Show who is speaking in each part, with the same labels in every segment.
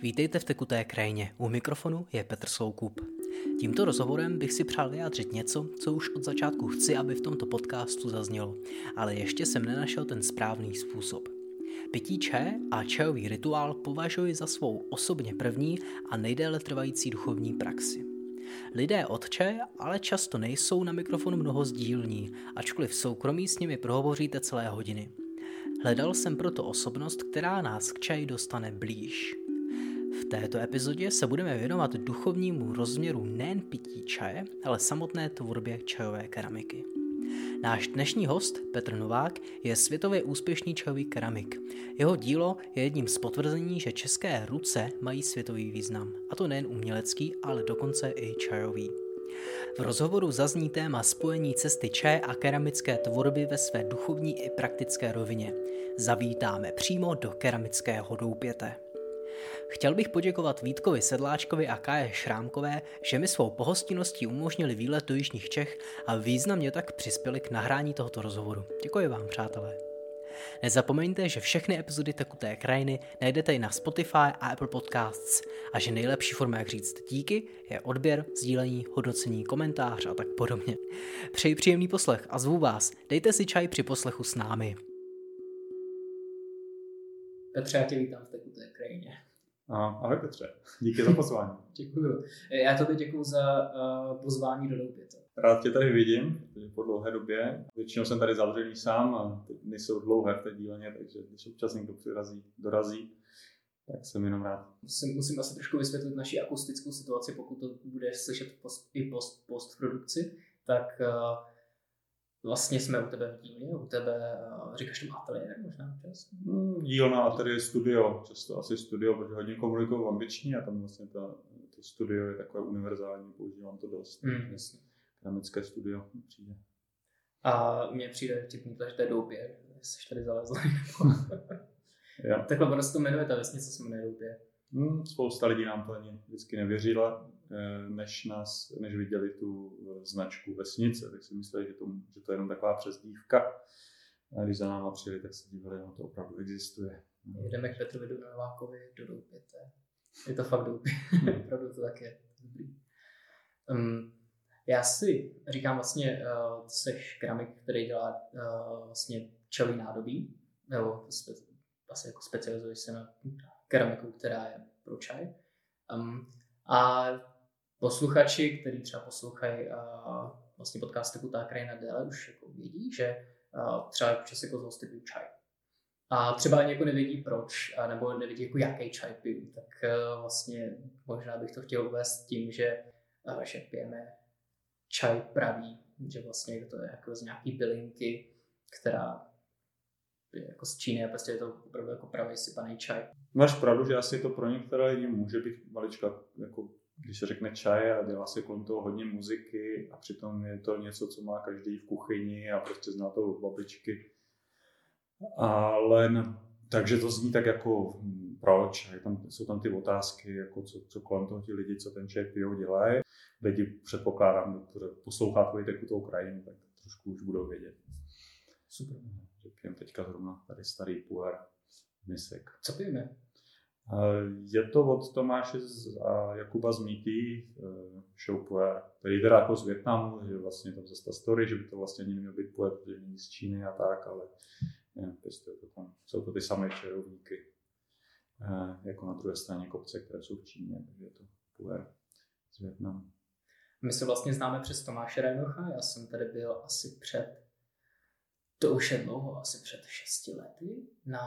Speaker 1: Vítejte v Tekuté krajině. U mikrofonu je Petr Soukup. Tímto rozhovorem bych si přál vyjádřit něco, co už od začátku chci, aby v tomto podcastu zaznělo, ale ještě jsem nenašel ten správný způsob. Pití čaje a čajový rituál považuji za svou osobně první a nejdéle trvající duchovní praxi. Lidé od čaje ale často nejsou na mikrofonu mnoho sdílní, ačkoliv v soukromí s nimi prohovoříte celé hodiny. Hledal jsem proto osobnost, která nás k čaji dostane blíž. V této epizodě se budeme věnovat duchovnímu rozměru nejen pití čaje, ale samotné tvorbě čajové keramiky. Náš dnešní host, Petr Novák, je světově úspěšný čajový keramik. Jeho dílo je jedním z potvrzení, že české ruce mají světový význam. A to nejen umělecký, ale dokonce i čajový. V rozhovoru zazní téma spojení cesty čaje a keramické tvorby ve své duchovní i praktické rovině. Zavítáme přímo do keramického doupěte. Chtěl bych poděkovat Vítkovi Sedláčkovi a Káje Šrámkové, že mi svou pohostinností umožnili výlet do jižních Čech a významně tak přispěli k nahrání tohoto rozhovoru. Děkuji vám, přátelé. Nezapomeňte, že všechny epizody Tekuté krajiny najdete i na Spotify a Apple Podcasts a že nejlepší forma, jak říct díky, je odběr, sdílení, hodnocení, komentář a tak podobně. Přeji příjemný poslech a zvu vás, dejte si čaj při poslechu s námi. Petře, já tě vítám v Tekuté krajině.
Speaker 2: Ahoj Petře, díky za pozvání.
Speaker 1: Děkuju. Já tobě děkuju za pozvání do doupěte.
Speaker 2: Rád tě tady vidím, po dlouhé době. Většinou jsem tady zavřený sám a teď nejsou dlouhé v té dílně, takže když občas někdo dorazí, tak jsem jenom rád.
Speaker 1: Musím asi trošku vysvětlit naši akustickou situaci, pokud to budeš slyšet i postprodukci, tak vlastně jsme u tebe v dílně, u tebe, říkáš tomu ateliér možná čas?
Speaker 2: Dílna, ateliér, studio, často asi studio, protože hodně komunikuju v angličtině a tam vlastně to studio je takové univerzální, používám to dost. Jasně. Keramické studio přijde.
Speaker 1: A mně přijde vtipný, že to je doupě, jsi tady zalezl. Takhle ono se to jmenuje, ta vesnice se jmenuje Doupě.
Speaker 2: Spousta lidí nám to ani vždycky nevěřila, než viděli tu značku vesnice, tak si mysleli, že to je jenom taková přezdívka. A když za náma přijeli, tak se dívali, že to opravdu existuje.
Speaker 1: Jedeme k Petrovi Novákovi do Doupěte. Je to fakt Doupě. Opravdu to tak je. Dobrý. Já si říkám vlastně, ty jsi keramik, který dělá vlastně čajový nádobí, nebo asi jako specializuješ se na keramiku, která je pro čaj. A posluchači, kteří třeba poslouchají vlastně podcast Tekutá krajina déle, už jako vědí, že třeba občas jako z hosty piju čaj. A třeba ani jako nevědí proč, nebo nevědí jako jaký čaj piju, tak vlastně možná bych to chtěl uvést tím, že pijeme čaj pravý, že vlastně to je jako z nějaký bylinky, která jako z Číny a prostě je to opravdu jako pravý sypaný čaj.
Speaker 2: Máš pravdu, že asi to pro některé lidi může být malička, jako když se řekne čaj a dělá se kolem toho hodně muziky a přitom je to něco, co má každý v kuchyni a prostě zná to od babičky. Ale takže to zní tak jako proč, jsou tam ty otázky, jako co kolem toho ti lidi, co ten čaj pijou, dělají. Lidi předpokládám, že poslouchá tvoji Tekutou krajinu, tak trošku už budou vědět.
Speaker 1: Super.
Speaker 2: Pijeme teďka zrovna tady starý puer misek.
Speaker 1: Co pijeme?
Speaker 2: Je to od Tomáše a Jakuba z Mítí show puer, který teda jako z Vietnamu, že vlastně tam zase ta story, že by to vlastně ani neměl být puer, protože není z Číny a tak, ale pěstuje to tam. Jsou to ty samé čarovníky, jako na druhé straně kopce, které jsou v Číně, takže je to puer z Vietnamu.
Speaker 1: My se vlastně známe přes Tomáše Rajnocha, já jsem tady byl asi to už je dlouho, asi před 6 lety,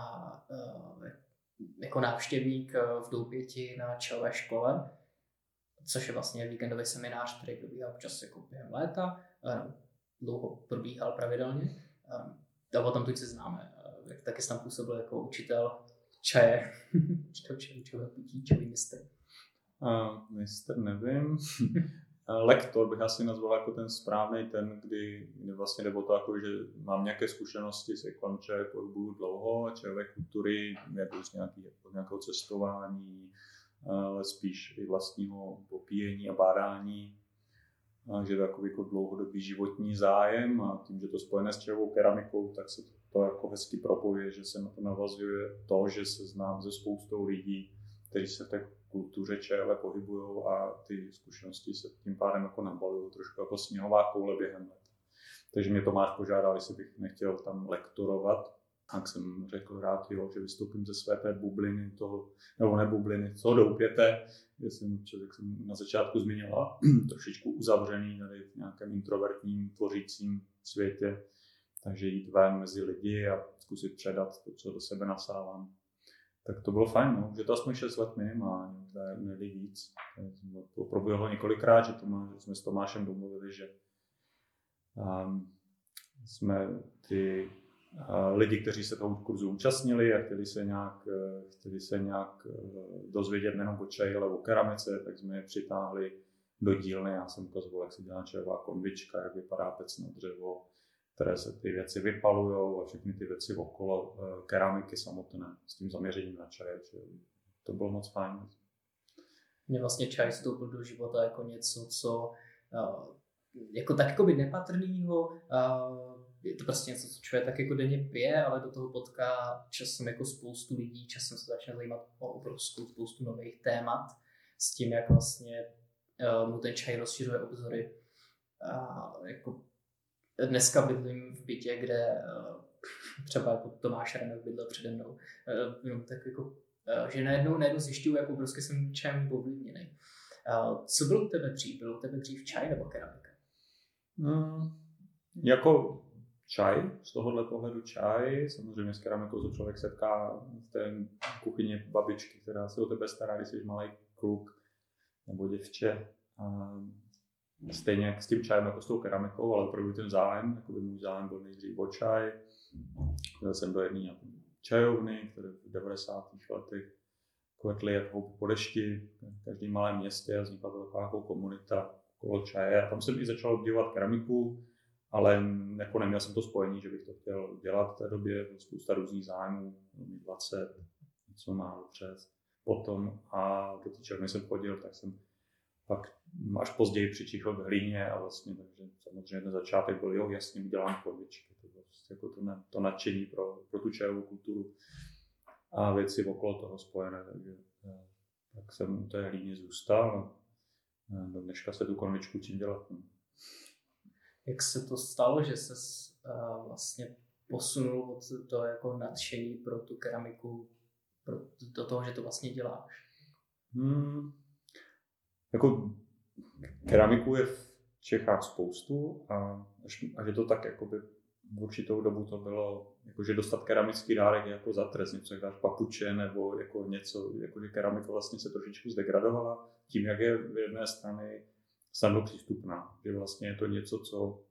Speaker 1: jako návštěvník v Doupěti na čajové škole, což je vlastně víkendový seminář, který probíhal občas jako během léta, dlouho probíhal pravidelně, a potom tu se známe, taky jsem tam působil jako učitel čaje, učitel pití, čajový mistr.
Speaker 2: Mistr nevím. Lektor bych asi nazval jako ten správný, kdy vlastně jde o to, jako, že mám nějaké zkušenosti se kolem čaje pohybuju dlouho a čajové kultury, jako z nějakého cestování, ale spíš i vlastního popíjení a bádání, že to je takový jako dlouhodobý životní zájem a tím, že to spojené s čajovou keramikou, tak se to jako hezky propojuje, že se na to navazuje to, že se znám se spoustou lidí kteří se v té kultuře čajové pohybují a ty zkušenosti se tím pádem jako nabalují trošku jako sněhová koule během let. Takže mě Tomáš požádal, jestli bych nechtěl tam lektorovat. Tak jsem řekl rád, jo, že vystoupím ze své té bubliny, toho, nebo ne bubliny, co doupěte. Jak jsem na začátku zmínila, trošičku uzavřený tady v nějakém introvertním tvořícím světě. Takže jít ven mezi lidi a zkusit předat to, co do sebe nasávám. Tak to bylo fajn, no. Že to aspoň 6 let minimálně, ne víc. To proběhlo několikrát, že jsme s Tomášem domluvili, že jsme ty lidi, kteří se toho kurzu účastnili a chtěli se nějak dozvědět nejen o čaji, ale o keramice, tak jsme je přitáhli do dílny. Já jsem ukazoval, jak se dělá čajová konvička, jak vypadá pec na dřevo, které se ty věci vypalujou a všechny ty věci okolo keramiky samotné s tím zaměřením na čaje. To bylo moc fajn.
Speaker 3: Mně vlastně čaj vstoupil do života jako něco, co jako tak jako by nepatrnýho, je to prostě něco, co člověk tak jako denně pije, ale do toho potká časem jako spoustu lidí, časem se začne zajímat o obrovskou spoustu nových témat s tím, jak vlastně mu ten čaj rozšiřuje obzory. Jako dneska bydlím v bytě, kde třeba jako Tomáš Remek bydlel přede mnou, tak jako, že najednou zjišťuju, jak obrovsky jsem čajem ovlivněný. Co bylo u tebe dřív? Bylo u tebe dřív čaj nebo keramika?
Speaker 2: Jako čaj, z tohohle pohledu čaj. Samozřejmě s keramikou se člověk setká v té kuchyni babičky, která se o tebe stará, když jsi malý kluk nebo děvče. Stejně jak s tím čajem jako s tou keramikou, ale opravdu ten zájem, jako by můj zájem byl nejdřív o čaj. Jel jsem do jedné čajovny, které v 90. letech kvetly jako po dešti. V každém malém městě vznikla taková komunita okolo čaje. A tam jsem i začal obdivovat keramiku, ale jako neměl jsem to spojení, že bych to chtěl dělat v té době. Bylo spousta různých zájmů, 20, něco málo přes. Potom a do té čajovny jsem chodil, tak jsem pak až později přičichl k hlíně a vlastně, takže samozřejmě ten začátek byl, jo, jasně, udělám konvičky. To bylo prostě jako to nadšení pro tu čajovou kulturu a věci okolo toho spojené, takže tak jsem u té hlíny zůstal a do dneška se tu konvičku učím dělat.
Speaker 3: Jak se to stalo, že ses vlastně posunul od toho jako nadšení pro tu keramiku do toho, že to vlastně děláš?
Speaker 2: Jako keramiku je v Čechách spoustu a že to tak jakoby v určitou dobu to bylo, jakože dostat keramický dárek je jako za trest, něco jak dáš papuče nebo jako něco, jakože keramika vlastně se trošičku zdegradovala tím, jak je v jedné strany snadno přístupná, že vlastně je to něco, co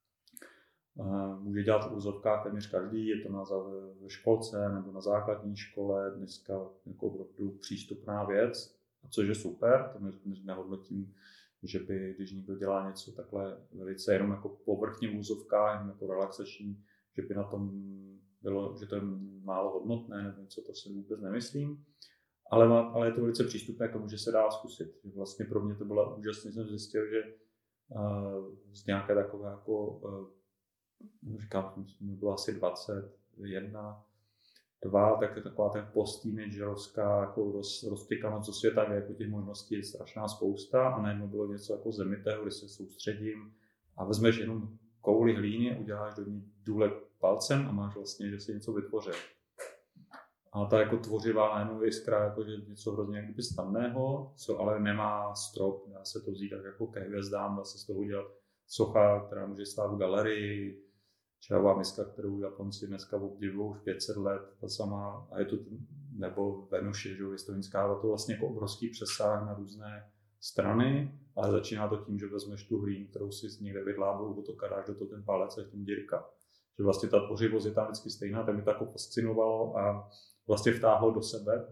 Speaker 2: může dělat v úzovkách téměř každý, je to ve školce nebo na základní škole dneska jako opravdu přístupná věc, což je super, to nehodnotím, že by, když někdo dělá něco takhle velice jenom jako povrchně v úzovkách, jenom jako relaxační, že by na tom bylo, že to je málo hodnotné nebo něco, to si vůbec nemyslím. Ale je to velice přístupné k tomu, že se dá zkusit. Vlastně pro mě to bylo úžasné, jsem zjistil, že z nějaké takové jako, říkám, mi bylo asi 21, 2, tak je taková ten post-teenagerovská jako roztykanost do světa, kde jako těch možností je strašná spousta a najednou bylo něco jako zemitého, kde se soustředím a vezmeš jenom kouli hlíny, uděláš do ní důle palcem a máš vlastně, že si něco vytvořil. A ta jako tvořivá najednou jiskra, jako že něco hrozně jak kdyby snadného, co ale nemá strop, dá se to vzít tak jako ke hvězdám, dá se z toho udělat socha, která může stát v galerii, čajová miska, kterou Japonci dneska obdivují už 500 let, ta sama, a je to, nebo Venuše, že Vystovinská, to vlastně jako obrovský přesah na různé strany, ale začíná to tím, že vezmeš tu hlínu, kterou si někde vydlábou, do toho dáš do toho ten palec a je tam dírka. Že vlastně ta tvořivost je tam vždycky stejná, tak mi to jako fascinovalo a vlastně vtáhlo do sebe.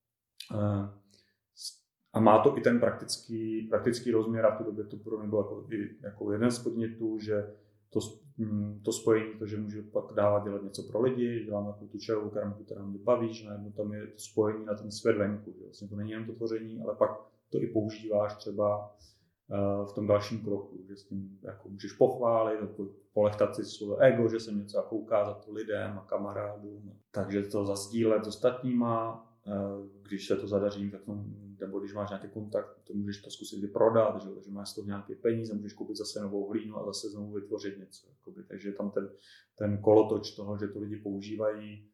Speaker 2: A má to i ten praktický rozměr a v té době to pro mě bylo jako jeden z podnětů, že to spojení, to, že můžu pak dávat dělat něco pro lidi, že dělám takovou tu čajovou keramiku, která mě baví, že najednou tam je to spojení na ten svět venku. Že vlastně to není jen to tvoření, ale pak to i používáš třeba v tom dalším kroku, že s tím jako můžeš pochválit, polechtat si svoje ego, že jsem něco jako ukázat lidem a kamarádům. Takže to zasdílet s ostatníma když se to zadaří, tak nebo když máš nějaký kontakt, to můžeš to zkusit vyprodat, že máš z toho nějaké peníze, můžeš koupit zase novou hlínu a zase znovu vytvořit něco. Jakoby. Takže tam ten kolotoč toho, že to lidi používají,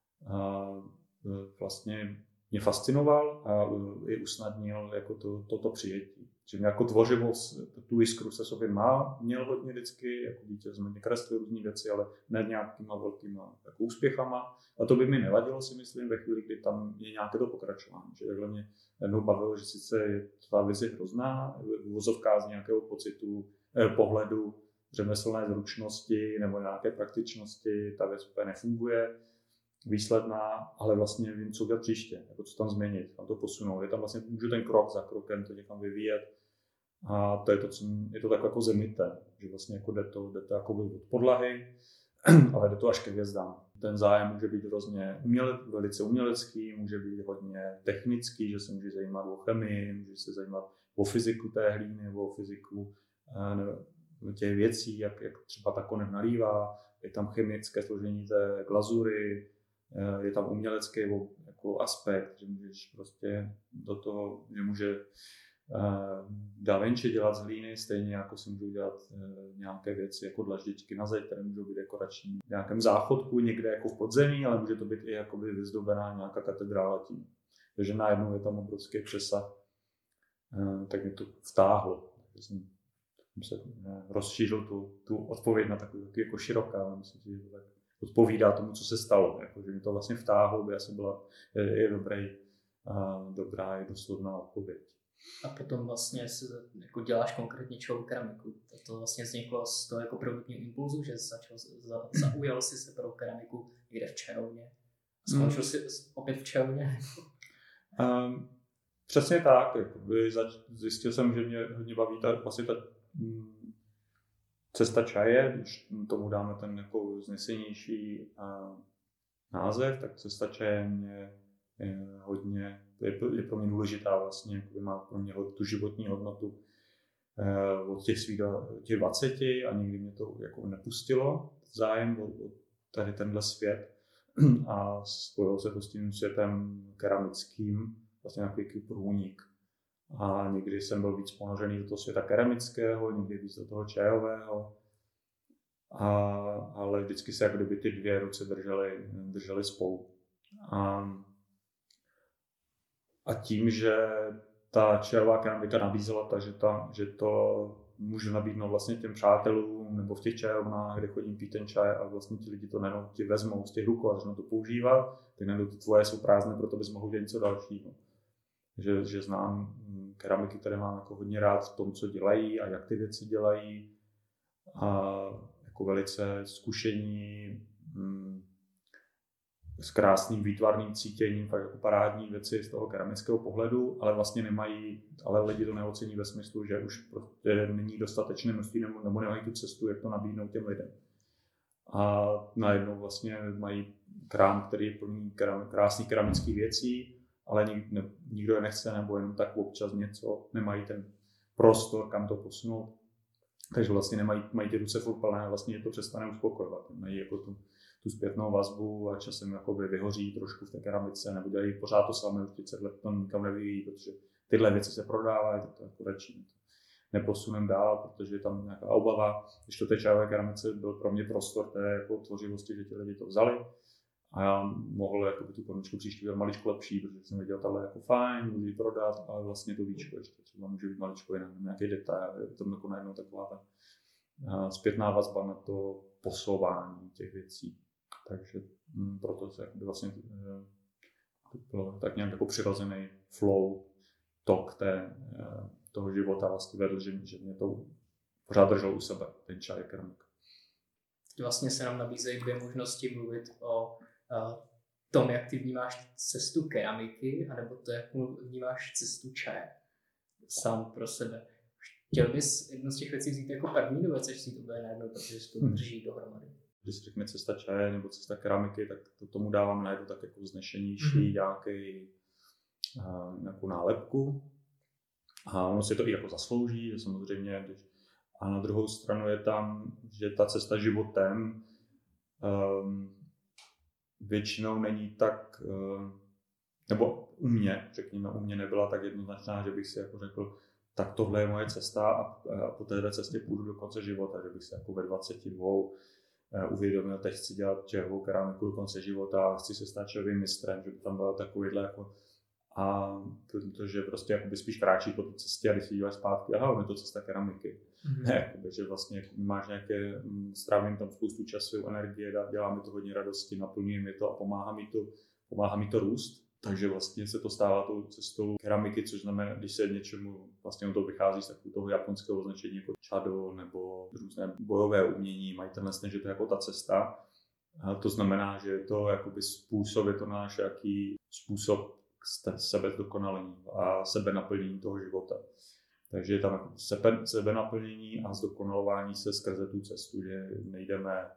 Speaker 2: vlastně mě fascinoval a i usnadnil jako toto přijetí. Že mě jako tvořivost, tu jiskru se sobě měl hodně vždycky, jako dítě jsme mě kreslil různý věci, ale ne nějakýma velkýma jako úspěchama. A to by mi nevadilo, si myslím, ve chvíli, kdy tam je nějaké to pokračování. Že takhle mě jednou bavilo, že sice je ta vize hrozná, uvozovka z nějakého pocitu, pohledu, řemeslné zručnosti nebo nějaké praktičnosti, ta věc úplně nefunguje, výsledná, ale vlastně vím, co udělat příště, jako co tam změnit, tam to posunout. Je tam vlastně, můžu ten krok za krokem to někam vyvíjet. A to je to, je to tak jako zemité, že vlastně jako jde to jako od podlahy, ale jde to až ke hvězdám. Ten zájem může být velice umělecký, může být hodně technický, že se může zajímat o chemii, může se zajímat o fyziku té hlíny nebo o fyziku těch věcí, jak třeba ta konev nalívá, je tam chemické složení té glazury, je tam umělecký jako aspekt, že můžeš prostě do toho, že může Da Vinci dělat z hlíny, stejně jako si můžou dělat nějaké věci jako dlaždičky na zeď, které můžou být dekorační v nějakém záchodku někde jako v podzemí, ale může to být i jakoby vyzdobená nějaká katedrála tím. Takže najednou je tam obrovský přesah, tak mě to vtáhlo. Takže jsem se rozšířil tu odpověď na takový jako široká, myslím si, že to tak odpovídá tomu, co se stalo. Jako, že mi to vlastně vtáhlo, by asi byla dobrá i doslovná odpověď.
Speaker 3: A potom vlastně jako děláš konkrétně čelou keramiku. To vlastně vzniklo z toho jako prvotního impulzu, že zaujal si se pro keramiku někde v čajovně. Skončil si opět v čajovně?
Speaker 2: Přesně tak. Zjistil jsem, že mě hodně baví ta cesta čaje, když tomu dáme ten jako znesenější název, tak cesta čaje mě je pro mě důležitá vlastně, má pro mě tu životní hodnotu od těch 20 a nikdy mě to jako nepustilo zájem o tady tenhle svět a spojil se to s tím světem keramickým, vlastně nějaký průnik. A někdy jsem byl víc ponořený do toho světa keramického, někdy víc do toho čajového. Ale vždycky se jako kdyby ty dvě ruce držely spolu. A tím, že ta čajová keramika nabízela že to můžu nabídnout vlastně těm přátelům nebo v těch čajovnách, kde chodím pít ten čaj a vlastně ti lidi to nejenom ti vezmou z těch rukou a začnou to používat, tak najednou ty tvoje jsou prázdné, proto bys mohl dělat něco dalšího. Že znám keramiky, které mám jako hodně rád v tom, co dělají a jak ty věci dělají. A jako velice zkušení s krásným výtvarným cítěním, fakt jako parádní věci z toho keramického pohledu, ale vlastně ale lidi to neocení ve smyslu, že už prostě není dostatečné množství nebo nemají tu cestu, jak to nabídnout těm lidem. A najednou vlastně mají krám, který je plný krásných keramických věcí, ale nikdo je nechce, nebo jenom tak občas něco, nemají ten prostor, kam to posunout. Takže vlastně mají ty ruce furt plné a vlastně je to přestane uspokojovat. Mají jako tu zpětnou vazbu a časem jakoby vyhoří trošku v té keramice, nebo dělají pořád to samé, už 30 let to nikam nevyvíjí, protože tyhle věci se prodávají, tak to jako radši neposunem dál, protože je tam nějaká obava. Když to té čajové keramice byl pro mě prostor té jako tvořivosti, že ti lidi to vzali. A já mohl jako tu konočku příště dělat maličko lepší, protože jsem viděl, tahle jako fajn, můžu ji prodat, ale vlastně to víčko ještě třeba může být maličko jinak, nějaký detail, je tam jako najednou taková ta zpětná vazba na to posouvání těch věcí. Takže proto se vlastně to bylo tak nějak jako přirozený flow, tok toho života vlastně vedl, že mě to pořád drželo u sebe, ten čaj keramika.
Speaker 3: Vlastně se nám nabízejí dvě možnosti mluvit o tom, jak ty vnímáš cestu keramiky, anebo to, jak vnímáš cestu čaje sám pro sebe. Chtěl bys jednu z těch věcí vzít jako první, nebo chceš si to bude najednou, protože se to drží dohromady?
Speaker 2: Když se řekne cesta čaje nebo cesta keramiky, tak to tomu dávám najednou tak jako vznešenější nějakou nálepku. A ono si to i jako zaslouží, že samozřejmě. A na druhou stranu je tam, že ta cesta životem většinou není tak nebo u mě nebyla tak jednoznačná, že bych si jako řekl, tak tohle je moje cesta a po této cestě půjdu do konce života, že bych si jako ve 22 uvědomil, teď chci dělat červou keramiku do konce života a chci se stát červým mistrem, že by tam byla takovýhle jako a protože prostě jakoby spíš kráčí po té cestě a když si díváš zpátky, aha, je to cesta keramiky. Jakoby, že vlastně máš nějaké, strávím tam spoustu času, energie, dělá mi to hodně radosti, naplňuje mi to a pomáhá mi to růst. Takže vlastně se to stává tou cestou keramiky, což znamená, když se něčemu, vlastně to vychází z takového toho japonského označení jako chado nebo různé bojové umění, mají tenhle sny, že to je jako ta cesta. A to znamená, že je to jakoby způsob, je to náš jaký způsob sebedokonalení a sebenaplnění toho života. Takže je tam sebenaplnění a zdokonalování se skrze tu cestu, že nejdeme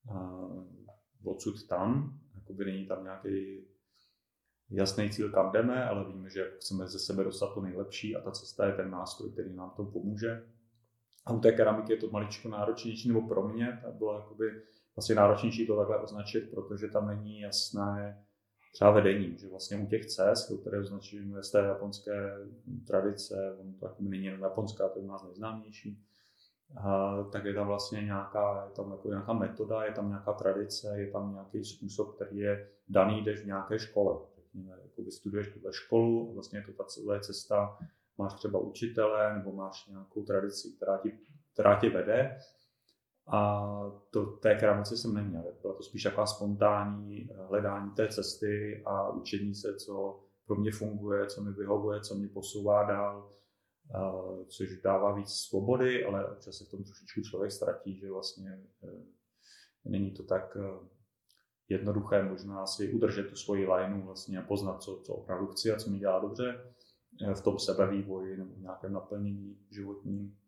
Speaker 2: odsud tam, jakoby není tam nějaký jasný cíl, kam jdeme, ale víme, že chceme ze sebe dostat to nejlepší a ta cesta je ten nástroj, který nám to pomůže. A u té keramiky je to maličko náročnější, nebo pro mě to bylo jakoby vlastně náročnější to takhle označit, protože tam není jasné třeba vedení, že vlastně u těch cest, které označujeme z té japonské tradice, on to není jenom japonská, to je u nás nejznámější, tak je tam vlastně nějaká metoda, je tam nějaká tradice, je tam nějaký způsob, který je daný, jdeš v nějaké škole. Jakoby studuješ tuhle školu, vlastně je to ta celá cesta, máš třeba učitele nebo máš nějakou tradici, která tě vede. A té keramice jsem neměl. Byla to spíš taková spontánní hledání té cesty a učení se, co pro mě funguje, co mi vyhovuje, co mě posouvá dál, což dává víc svobody, ale občas se v tom trošičku člověk ztratí, že vlastně není to tak jednoduché možná si udržet tu svoji lineu vlastně a poznat, co opravdu chci a co mi dělá dobře v tom sebevývoji nebo v nějakém naplnění životním.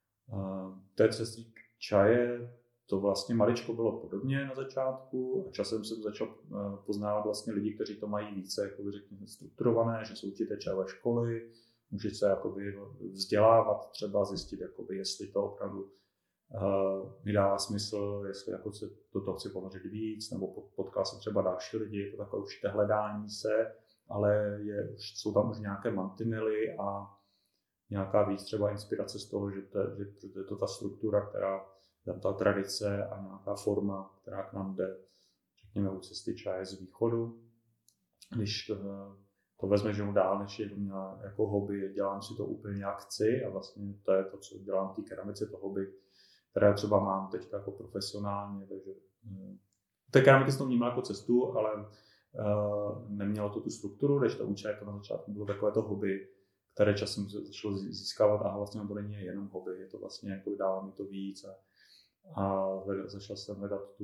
Speaker 2: Té cesty čaje to vlastně maličko bylo podobně na začátku a časem jsem začal poznávat vlastně lidi, kteří to mají více jakoby řekněme strukturované, že jsou určité čajové školy, může se jakoby vzdělávat, třeba zjistit, jakoby, jestli to opravdu mi dává smysl, jestli jako se do toho chci ponořit víc, nebo potkal jsem třeba další lidi, je to takové určité hledání se, ale jsou tam už nějaké mantinely a nějaká víc třeba inspirace z toho, že je to ta struktura, ta tradice a nějaká forma, která k nám jde, řekněme, u cesty čaje z východu. Když to vezme, že mu dál, než je jako hobby, dělám si to úplně jak chci a vlastně to je to, co dělám v té keramice, to hobby, které třeba mám teď jako profesionálně, takže té keramiky jsem to vnímal jako cestu, ale nemělo to tu strukturu, když to učení jako na začátku bylo takové to hobby, které časem začalo získávat a vlastně to není jenom hobby, je to vlastně jako dává mi to víc a začal jsem hledat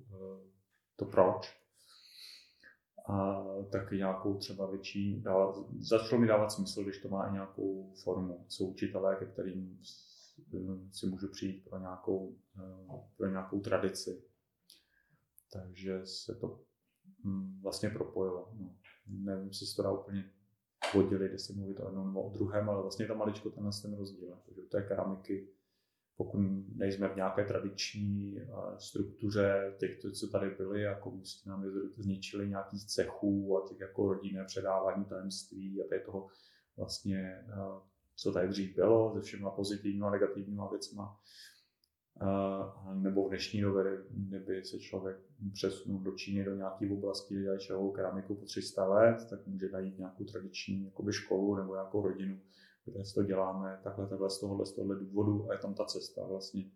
Speaker 2: to proč. A taky nějakou třeba větší, začalo mi dávat smysl, když to má i nějakou formu. Jsou učitelé, ke kterým si můžu přijít pro nějakou tradici. Takže se to vlastně propojilo. No. Nevím, jestli se to dá úplně oddělit, jestli mluvit o jednom nebo o druhém, ale vlastně tam maličko ten rozdíl. Takže u té keramiky, pokud nejsme v nějaké tradiční struktuře těch, co tady byli, a komunisti nám zničili nějakých cechů a těch jako rodinné předávání tajemství a toho vlastně, co tady dřív bylo, se všema pozitivníma a negativníma věcma. Nebo v dnešní době, kdyby se člověk přesunul do Číny, do nějaké oblasti, kde dělají čajovou keramiku po 300 let, tak může najít nějakou tradiční jakoby školu nebo nějakou rodinu, kde si to děláme takhle z tohohle důvodu a je tam ta cesta vlastně.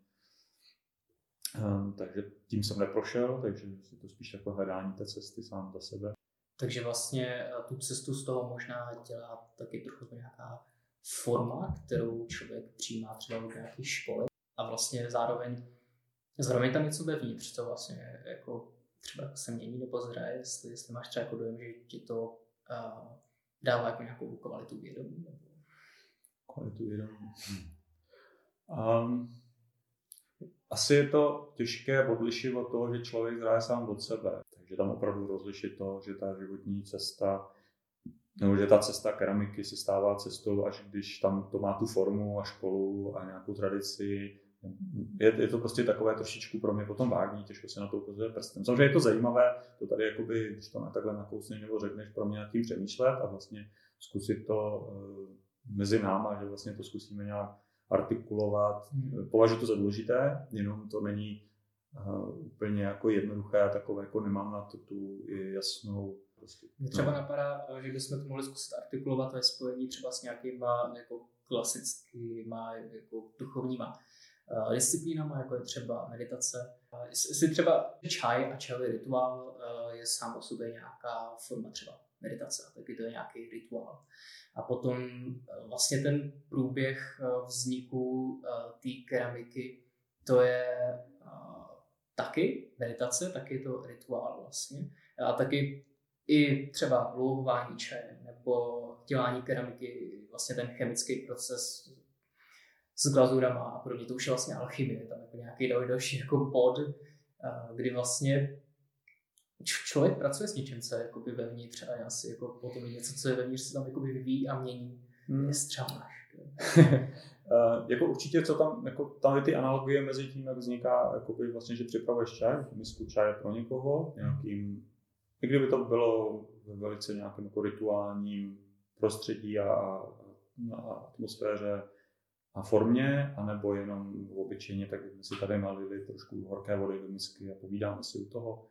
Speaker 2: Takže tím jsem neprošel, takže je to spíš takové hledání té cesty sám za sebe.
Speaker 3: Takže vlastně tu cestu z toho možná dělá taky trochu nějaká forma, kterou člověk přijímá třeba do nějaké školy a vlastně zároveň tam něco vevnitř, co vlastně jako třeba se mění nebo zraje, jestli máš třeba jako dojem, že ti to dává jako nějakou kvalitu vědomí.
Speaker 2: Kvalitu vědomí. Asi je to těžké odlišit od toho, že člověk zraje sám od sebe. Takže tam opravdu rozlišit to, že ta životní cesta, nebo že ta cesta keramiky se stává cestou, až když tam to má tu formu a školu a nějakou tradici je to prostě takové trošičku pro mě potom vágní, těžko se na to ukazuje prstem. Samozřejmě je to zajímavé, to tady jakoby, když to takhle nakousneš nebo řekneš, pro mě nad tím přemýšlet a vlastně zkusit to mezi náma, že vlastně to zkusíme nějak artikulovat. Považuji to za důležité, jenom to není úplně jako jednoduché, takové jako nemám na to tu jasnou. Prostě,
Speaker 3: mě třeba napadá, že bychom to mohli zkusit artikulovat ve spojení třeba s nějakýma jako klasickýma jako duchovníma disciplínama, jako je třeba meditace. Jestli třeba čaj a čajový rituál je sám o sobě nějaká forma třeba meditace, taky to je nějaký rituál. A potom vlastně ten průběh vzniku té keramiky, to je taky meditace, taky je to rituál vlastně. A taky i třeba louhování čaje nebo dělání keramiky, vlastně ten chemický proces s glazurama a podobně, to už je vlastně alchymie, tam jako nějaký další jako bod, kdy vlastně člověk pracuje s něčím, co je jakoby vevnitř a já si jako potom něco, co je vevnitř, se tam jakoby vyvíjí a mění. Jestli třeba máš.
Speaker 2: Jako určitě, co tam, jako tam je ty analogie mezi tím, jak vzniká, jakoby vlastně, že připravuješ čaj, misku čaje pro někoho, nějakým, i kdyby to bylo ve velice nějakém jako rituálním prostředí a atmosféře a formě, anebo jenom obyčejně, tak jsme si tady nalili trošku horké vody do misky a povídáme si u toho.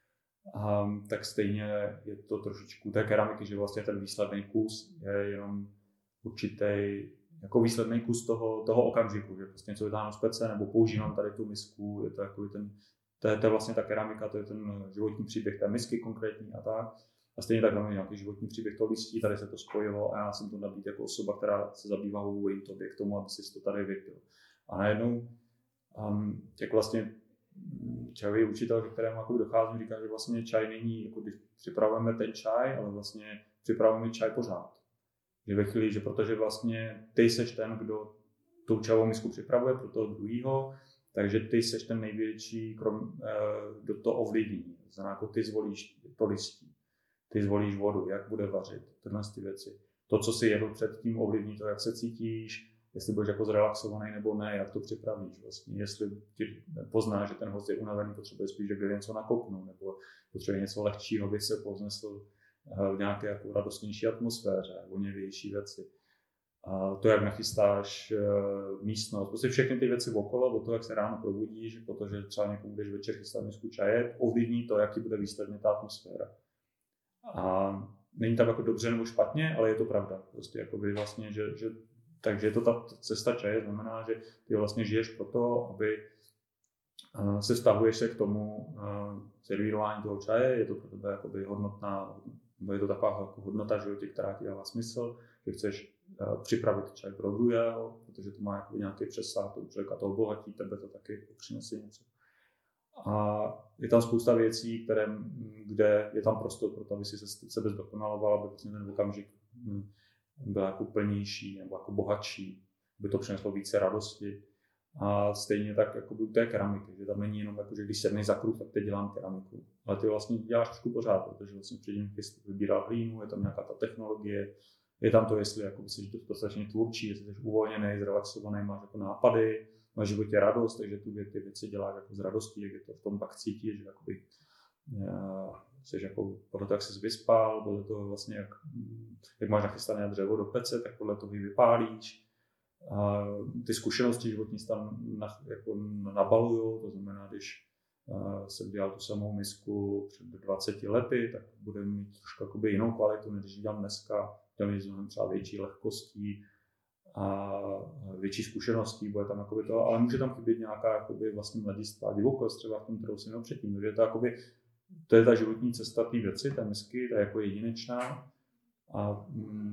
Speaker 2: Tak stejně je to trošičku té keramiky, že vlastně ten výsledný kus je jenom určitý jako výsledný kus toho okamžiku, že prostě něco vytáhnu z pece nebo používám tady tu misku, je to jako to je vlastně ta keramika, to je ten životní příběh té misky konkrétní a tak. A stejně tak máme nějaký životní příběh toho listí, tady se to spojilo a já jsem to nabít jako osoba, která se zabývá houvojím tobě k tomu, aby si to tady vypil. A najednou, jak vlastně čajový učitel, ke kterému jako docházím, říká, že vlastně čaj není, jako když připravujeme ten čaj, ale vlastně připravujeme čaj pořád. Že ve chvíli, že protože vlastně ty seš ten, kdo tu čajovou misku připravuje pro toho druhýho, takže ty seš ten největší, kdo to ovlivní. Znamená, jako ty zvolíš to listí, ty zvolíš vodu, jak bude vařit, tyhle ty věci. To, co si jedl předtím, ovlivní to, jak se cítíš, jestli budeš jako zrelaxovaný nebo ne, jak to připravíš vlastně. Jestli ti poznáš, že ten host je unavený, potřebuje spíš, že něco nakopnout, nebo potřebuje něco lehčího, aby se povznesl v nějaké jako radostnější atmosféře, voněvější věci. A to, jak nachystáš místnost, prostě všechny ty věci okolo, od toho, jak se ráno probudíš, protože třeba někomu budeš večer chystat misku čaje, ovlivní to, jaký bude výsledně ta atmosféra. A není tam jako dobře nebo špatně, ale je to pravda. Prostě jakoby vlastně, takže je to ta cesta čaje, znamená, že ty vlastně žiješ pro to, aby se vztahuješ se k tomu servírování toho čaje, je to pro tebe jakoby hodnotná, je to taková jako hodnota životě, která ti dává smysl, že chceš připravit čaj pro druhého, protože to má jako nějaký přesah, to člověka to obohatí, tebe to taky přinese něco. A je tam spousta věcí, kde je tam prostor pro to, aby si se sebe zdokonaloval, aby vlastně ten okamžik byl jako plnější nebo jako bohatší, aby to přineslo více radosti. A stejně tak jako u té keramiky, že tam není jenom jako, že když sedneš za kruh, tak teď dělám keramiku. Ale ty vlastně děláš trošku pořád, protože vlastně předtím vybíral hlínu, je tam nějaká ta technologie, je tam to, jestli jako jsi dostatečně tvůrčí, jestli jsi uvolněný, zrelaxovaný, máš jako nápady, máš v životě radost, takže ty věci děláš jako z radostí, jak je to v tom pak cítíš, že jakoby jsi jako podle toho, jak jsi vyspal, podle toho vlastně, jak máš nachystané dřevo do pece, tak podle toho ji vypálíš. A ty zkušenosti životní se tam jako nabalujou, to znamená, když jsem dělal tu samou misku před 20 lety, tak bude mít trošku jakoby jinou kvalitu, než když dělám dneska, dělám ji třeba větší lehkostí a větší zkušeností, bude tam jakoby to, ale může tam chybět nějaká jakoby vlastně mladistvá divokost, třeba v tom, kterou jsem měl předtím, takže to je ta životní cesta té věci, té misky, ta je jako jedinečná a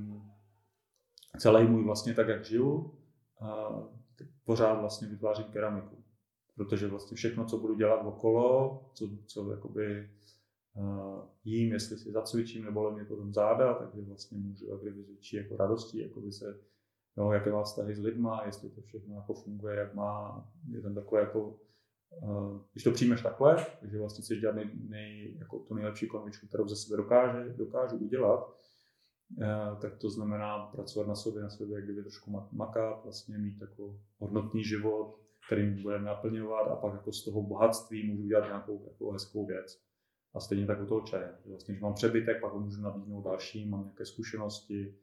Speaker 2: celý můj vlastně tak, jak žiju, pořád vlastně vytvářím keramiku. Protože vlastně všechno, co budu dělat okolo, co jakoby jím, jestli si zacvičím, nebo mě potom záda, takže vlastně můžu větší jako radosti, jakoby se, jaké má vztahy s lidma, jestli to všechno jako funguje, jak má, je tam takové jako, když to přijmeš takhle, takže vlastně chceš dělat jako tu nejlepší konvičku, kterou ze sebe dokážu udělat, tak to znamená pracovat na sobě, jak kdyby trošku makat, vlastně mít jako hodnotný život, kterým bude naplňovat a pak jako z toho bohatství můžu udělat nějakou jako hezkou věc. A stejně tak u toho čaje. Vlastně, když mám přebytek, pak ho můžu nabídnout dalším, mám nějaké zkušenosti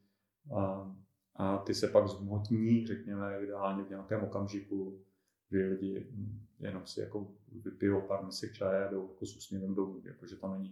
Speaker 2: a ty se pak zhmotní, řekněme, ideálně v nějakém okamžiku, kdy lidi jenom si jako vypijou pár misek čaje a jdou jako s úsměvem domů, jakože tam není.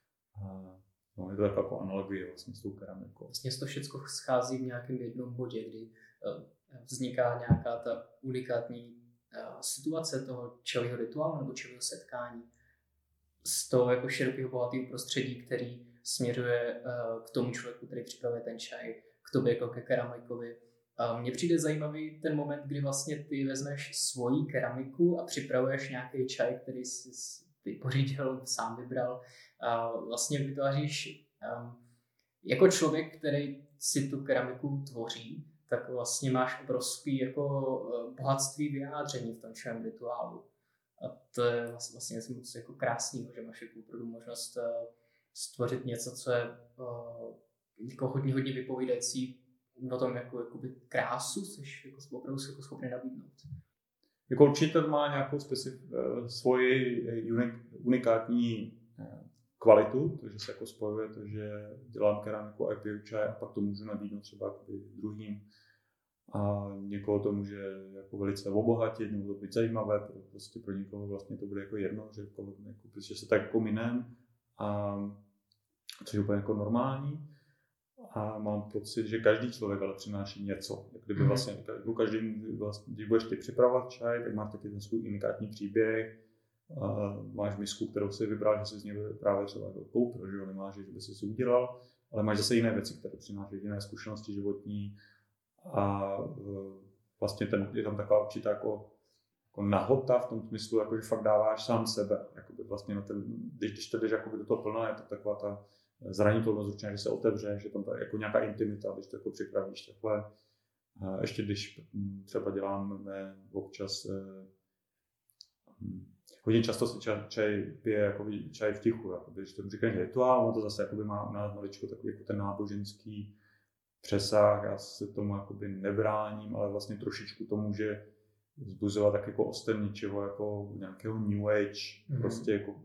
Speaker 2: No, je to tak jako analogie vlastně s tou keramikou.
Speaker 3: Vlastně to všechno schází v nějakém jednom bodě, kdy vzniká nějaká ta unikátní situace toho čajového rituálu nebo čajového setkání z toho jako širokého bohatého prostředí, který směřuje k tomu člověku, který připravuje ten čaj, k tobě jako ke keramikovi. Mně přijde zajímavý ten moment, kdy vlastně ty vezmeš svoji keramiku a připravuješ nějaký čaj, který jsi ty pořídil, sám vybral. Vlastně vytváříš jako člověk, který si tu keramiku tvoří, tak vlastně máš obrovský jako bohatství vyjádření v tom čajovém rituálu. A to je vlastně něco moc jako krásného, že máš jako opravdu možnost stvořit něco, co je jako hodně vypovídající o tom, jakoby krásu jsi jako opravdu jako schopný nabídnout.
Speaker 2: Jako určitě má nějakou svoji unikátní kvalitu, takže se jako spojuje to, že dělám keramiku a piju čaj a pak to můžu nabídnout třeba druhým. A někoho to může jako velice obohatit, nebo to být zajímavé, prostě pro někoho vlastně to bude jako jedno, že protože se tak jako minem, a což je úplně jako normální. A mám pocit, že každý člověk ale přináší něco. Kdyby vlastně, když budeš ty připravovat čaj, tak máš taky ten svůj unikátní příběh. Máš misku, kterou si vybral, že si z něj právě třeba koupil, že jo, nemáš, že by si udělal, ale máš zase jiné věci, které přináší jiné zkušenosti životní. A vlastně je tam taková určitá jako nahota v tom smyslu, jako, že fakt dáváš sám sebe. Jakoby vlastně když to jdeš do toho plná, je to taková ta zranitelnost určitě, že se otevře, že tam jako nějaká intimita, když to jako připravíš takhle. Ještě když třeba děláme občas, hodně často se čaj pije jako čaj v tichu, jakoby, když to říkáš rituál, to zase jakoby má u nás maličko takový jako ten náboženský přesah, já se tomu jakoby nebráním, ale vlastně trošičku to může vzbuzovat tak jako osten něčeho, jako nějakého new age, prostě jako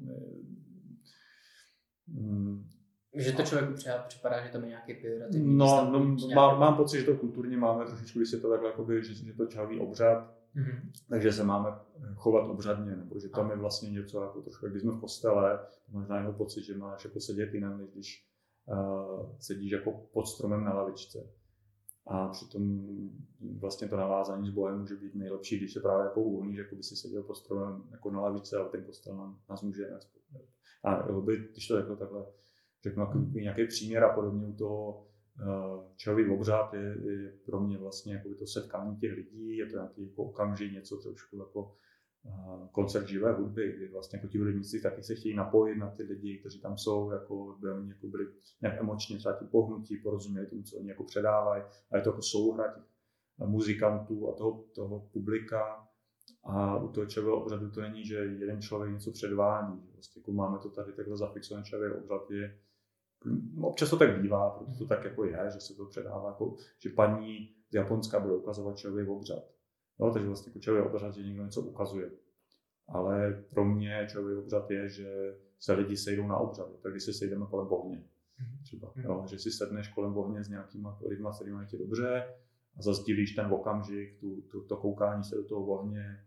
Speaker 3: že to člověku připadá, že tam je nějaký pejorativní
Speaker 2: mám pocit, že to kulturně máme trošičku, když je to takhle, jakoby, že to čajový obřad, takže se máme chovat obřadně, nebo že tam je vlastně něco jako trošku, když jsme v kostele, možná jenom pocit, že máš jako sedět jinak, než když sedíš jako pod stromem na lavičce. A přitom vlastně to navázání s Bohem může být nejlepší, když se právě jako uvolníš, jako by si seděl pod stromem jako na lavičce, ale ten kostel nás může a když to jako takhle řeknu nějaký příměr a podobně u toho čajový obřad je pro mě vlastně jako to setkání těch lidí, je to nějaký jako okamžik, něco trošku jako koncert živé hudby, kdy vlastně jako ti hudebníci taky se chtějí napojit na ty lidi, kteří tam jsou, jako by oni jako byli nějak emočně třeba ti pohnutí, porozuměli tomu, co oni jako předávají, a je to jako souhra těch muzikantů a toho publika. A u toho čajového obřadu to není, že jeden člověk něco předvádí, vlastně jako máme to tady takhle zafixované čajový obřad občas to tak bývá, protože to tak jako je, že se to předává, jako, že paní z Japonska bude ukazovat čajový obřad. No, takže vlastně jako čajový obřad, že někdo něco ukazuje. Ale pro mě čajový obřad je, že se lidi sejdou na obřad, tak když se sejdeme kolem ohně. Třeba, jo, že si sedneš kolem ohně s nějakýma lidma, kterými je ti dobře a zazdílíš ten okamžik, to koukání se do toho ohně.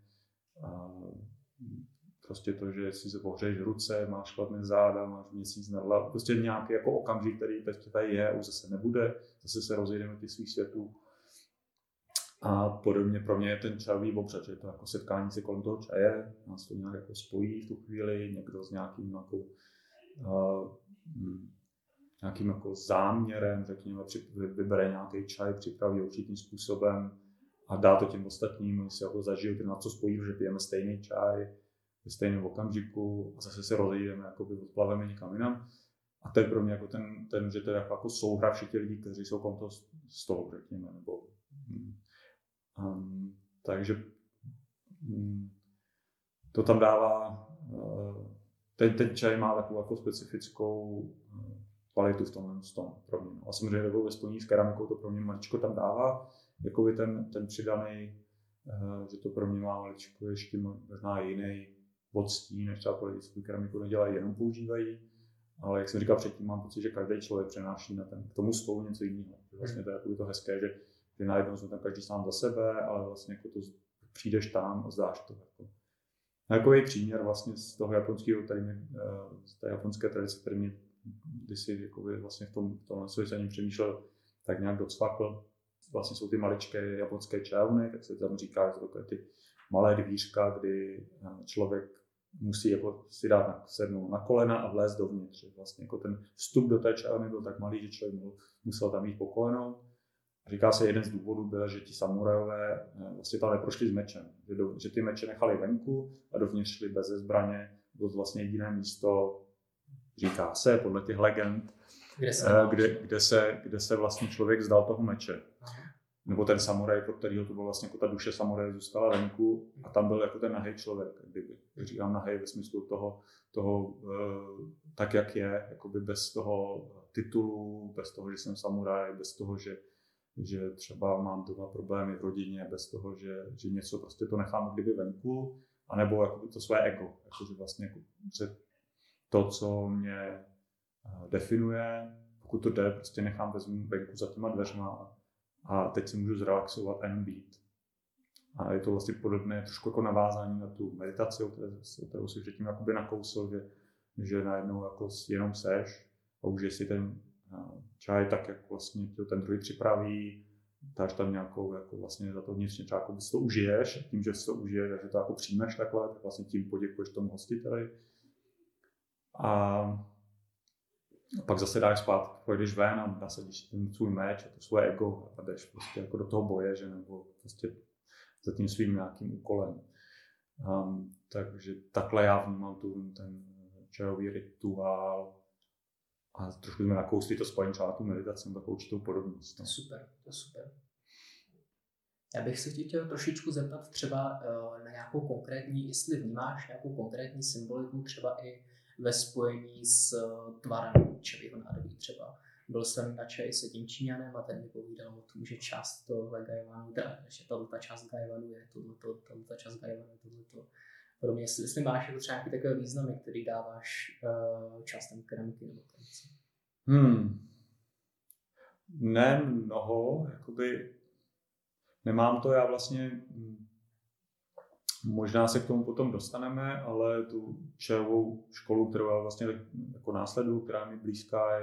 Speaker 2: Prostě to, že si se pohřeješ ruce, máš chladné záda, máš měsíc nad hlavou, prostě nějaký jako okamžik, který tady je, už zase nebude, zase se rozejdeme do těch svých světů. A podobně pro mě je ten čajový obřad, že je to jako setkání se kolem toho čaje, nás to nějak jako spojí v tu chvíli, někdo s nějakým jako záměrem, řekněme, vybere nějaký čaj, připraví určitým způsobem a dá to těm ostatním, oni si jako zažijou, ty na co spojí, že pijeme stejný čaj, ve stejném okamžiku a zase se rozejdeme, jakoby odplaveme někam jinam. A to je pro mě jako že to je jako souhra všech lidí, kteří jsou kolem toho stolu, řekněme. Nebo, takže to tam dává, ten čaj má takovou jako specifickou kvalitu v tomhle tom pro mě. A samozřejmě ve spojení s keramikou to pro mě maličko tam dává, jakoby ten přidaný že to pro mě má maličko ještě možná jiný odstín, než třeba pro lidi, co tu keramiku nedělají, jenom používají. Ale jak jsem říkal předtím, mám pocit, že každý člověk přenáší k tomu stolu něco jiného. Vlastně to je to hezké, že najednou jsme tam každý sám za sebe, ale vlastně jako to přijdeš tam a zdáš to. Takový příměr vlastně z toho japonského, z té japonské tradice, který mě kdysi vlastně v tom jsem přemýšlel, tak nějak docvakl. Vlastně jsou ty maličké japonské čajovny, tak se tam říká, že jsou takové ty malé dvířka, kdy člověk musí jako si dát sednout na kolena a vlézt dovnitř. Vlastně jako ten vstup do té čajovny byl tak malý, že člověk musel tam jít po kolenou. Říká se, jeden z důvodů byl, že ti samurajové vlastně tam neprošli s mečem, že ty meče nechali venku a dovnitř šli bez zbraně. Bylo to vlastně jediné místo, říká se, podle těch legend, kde se vlastně člověk vzdal toho meče. Aha. Nebo ten samuraj, pro kterého to bylo vlastně jako ta duše samuraje zůstala venku a tam byl jako ten nahej člověk, kdyby. Říkám nahej ve smyslu toho tak, jak je, jakoby bez toho titulu, bez toho, že jsem samuraj, bez toho, že třeba mám doma problémy v rodině, bez toho, že něco prostě to nechám kdyby venku, anebo jako to své ego, jakože vlastně jako to, co mě definuje, pokud to jde, prostě nechám venku za těma dveřma a teď si můžu zrelaxovat a jenom být. A je to vlastně podobné trošku jako navázání na tu meditaci, kterou si předtím jakoby nakousl, že najednou jako jenom seš a užiješ si ten čaj tak, jak vlastně ten druhý připraví, dáš tam nějakou jako vlastně za to vnitřně třeba jako si to užiješ a tím, že si to užiješ a že to jako přijmeš takhle, tak vlastně tím poděkuješ tomu hostiteli. A pak zase dáš zpátky, pojedeš ven a nasadíš ten svůj meč a to svoje ego a jdeš prostě jako do toho boje, že nebo prostě za tím svým nějakým úkolem. Takže takhle já vnímám ten čajový rituál a trošku jsme nakousli to spojení třeba tu meditaci, takovou určitou podobnost.
Speaker 3: To je super. Já bych se tě chtěl trošičku zeptat třeba na nějakou konkrétní, jestli vnímáš nějakou konkrétní symboliku třeba i ve spojení s tvarem čajového nádobí třeba. Byl jsem na čaji s tím Číňanem a ten mi povídal o tom, že část tohle gajvanu, že tato část gajvanu je tohleto, tato část gajvanu je tohleto. Podobně, jestli máš jako třeba nějaké takové významy, který dáváš částem keramiky nebo tradice.
Speaker 2: Ne mnoho, jakoby nemám to, já vlastně možná se k tomu potom dostaneme, ale tu čajovou školu, kterou já vlastně jako následuju, která mi blízká,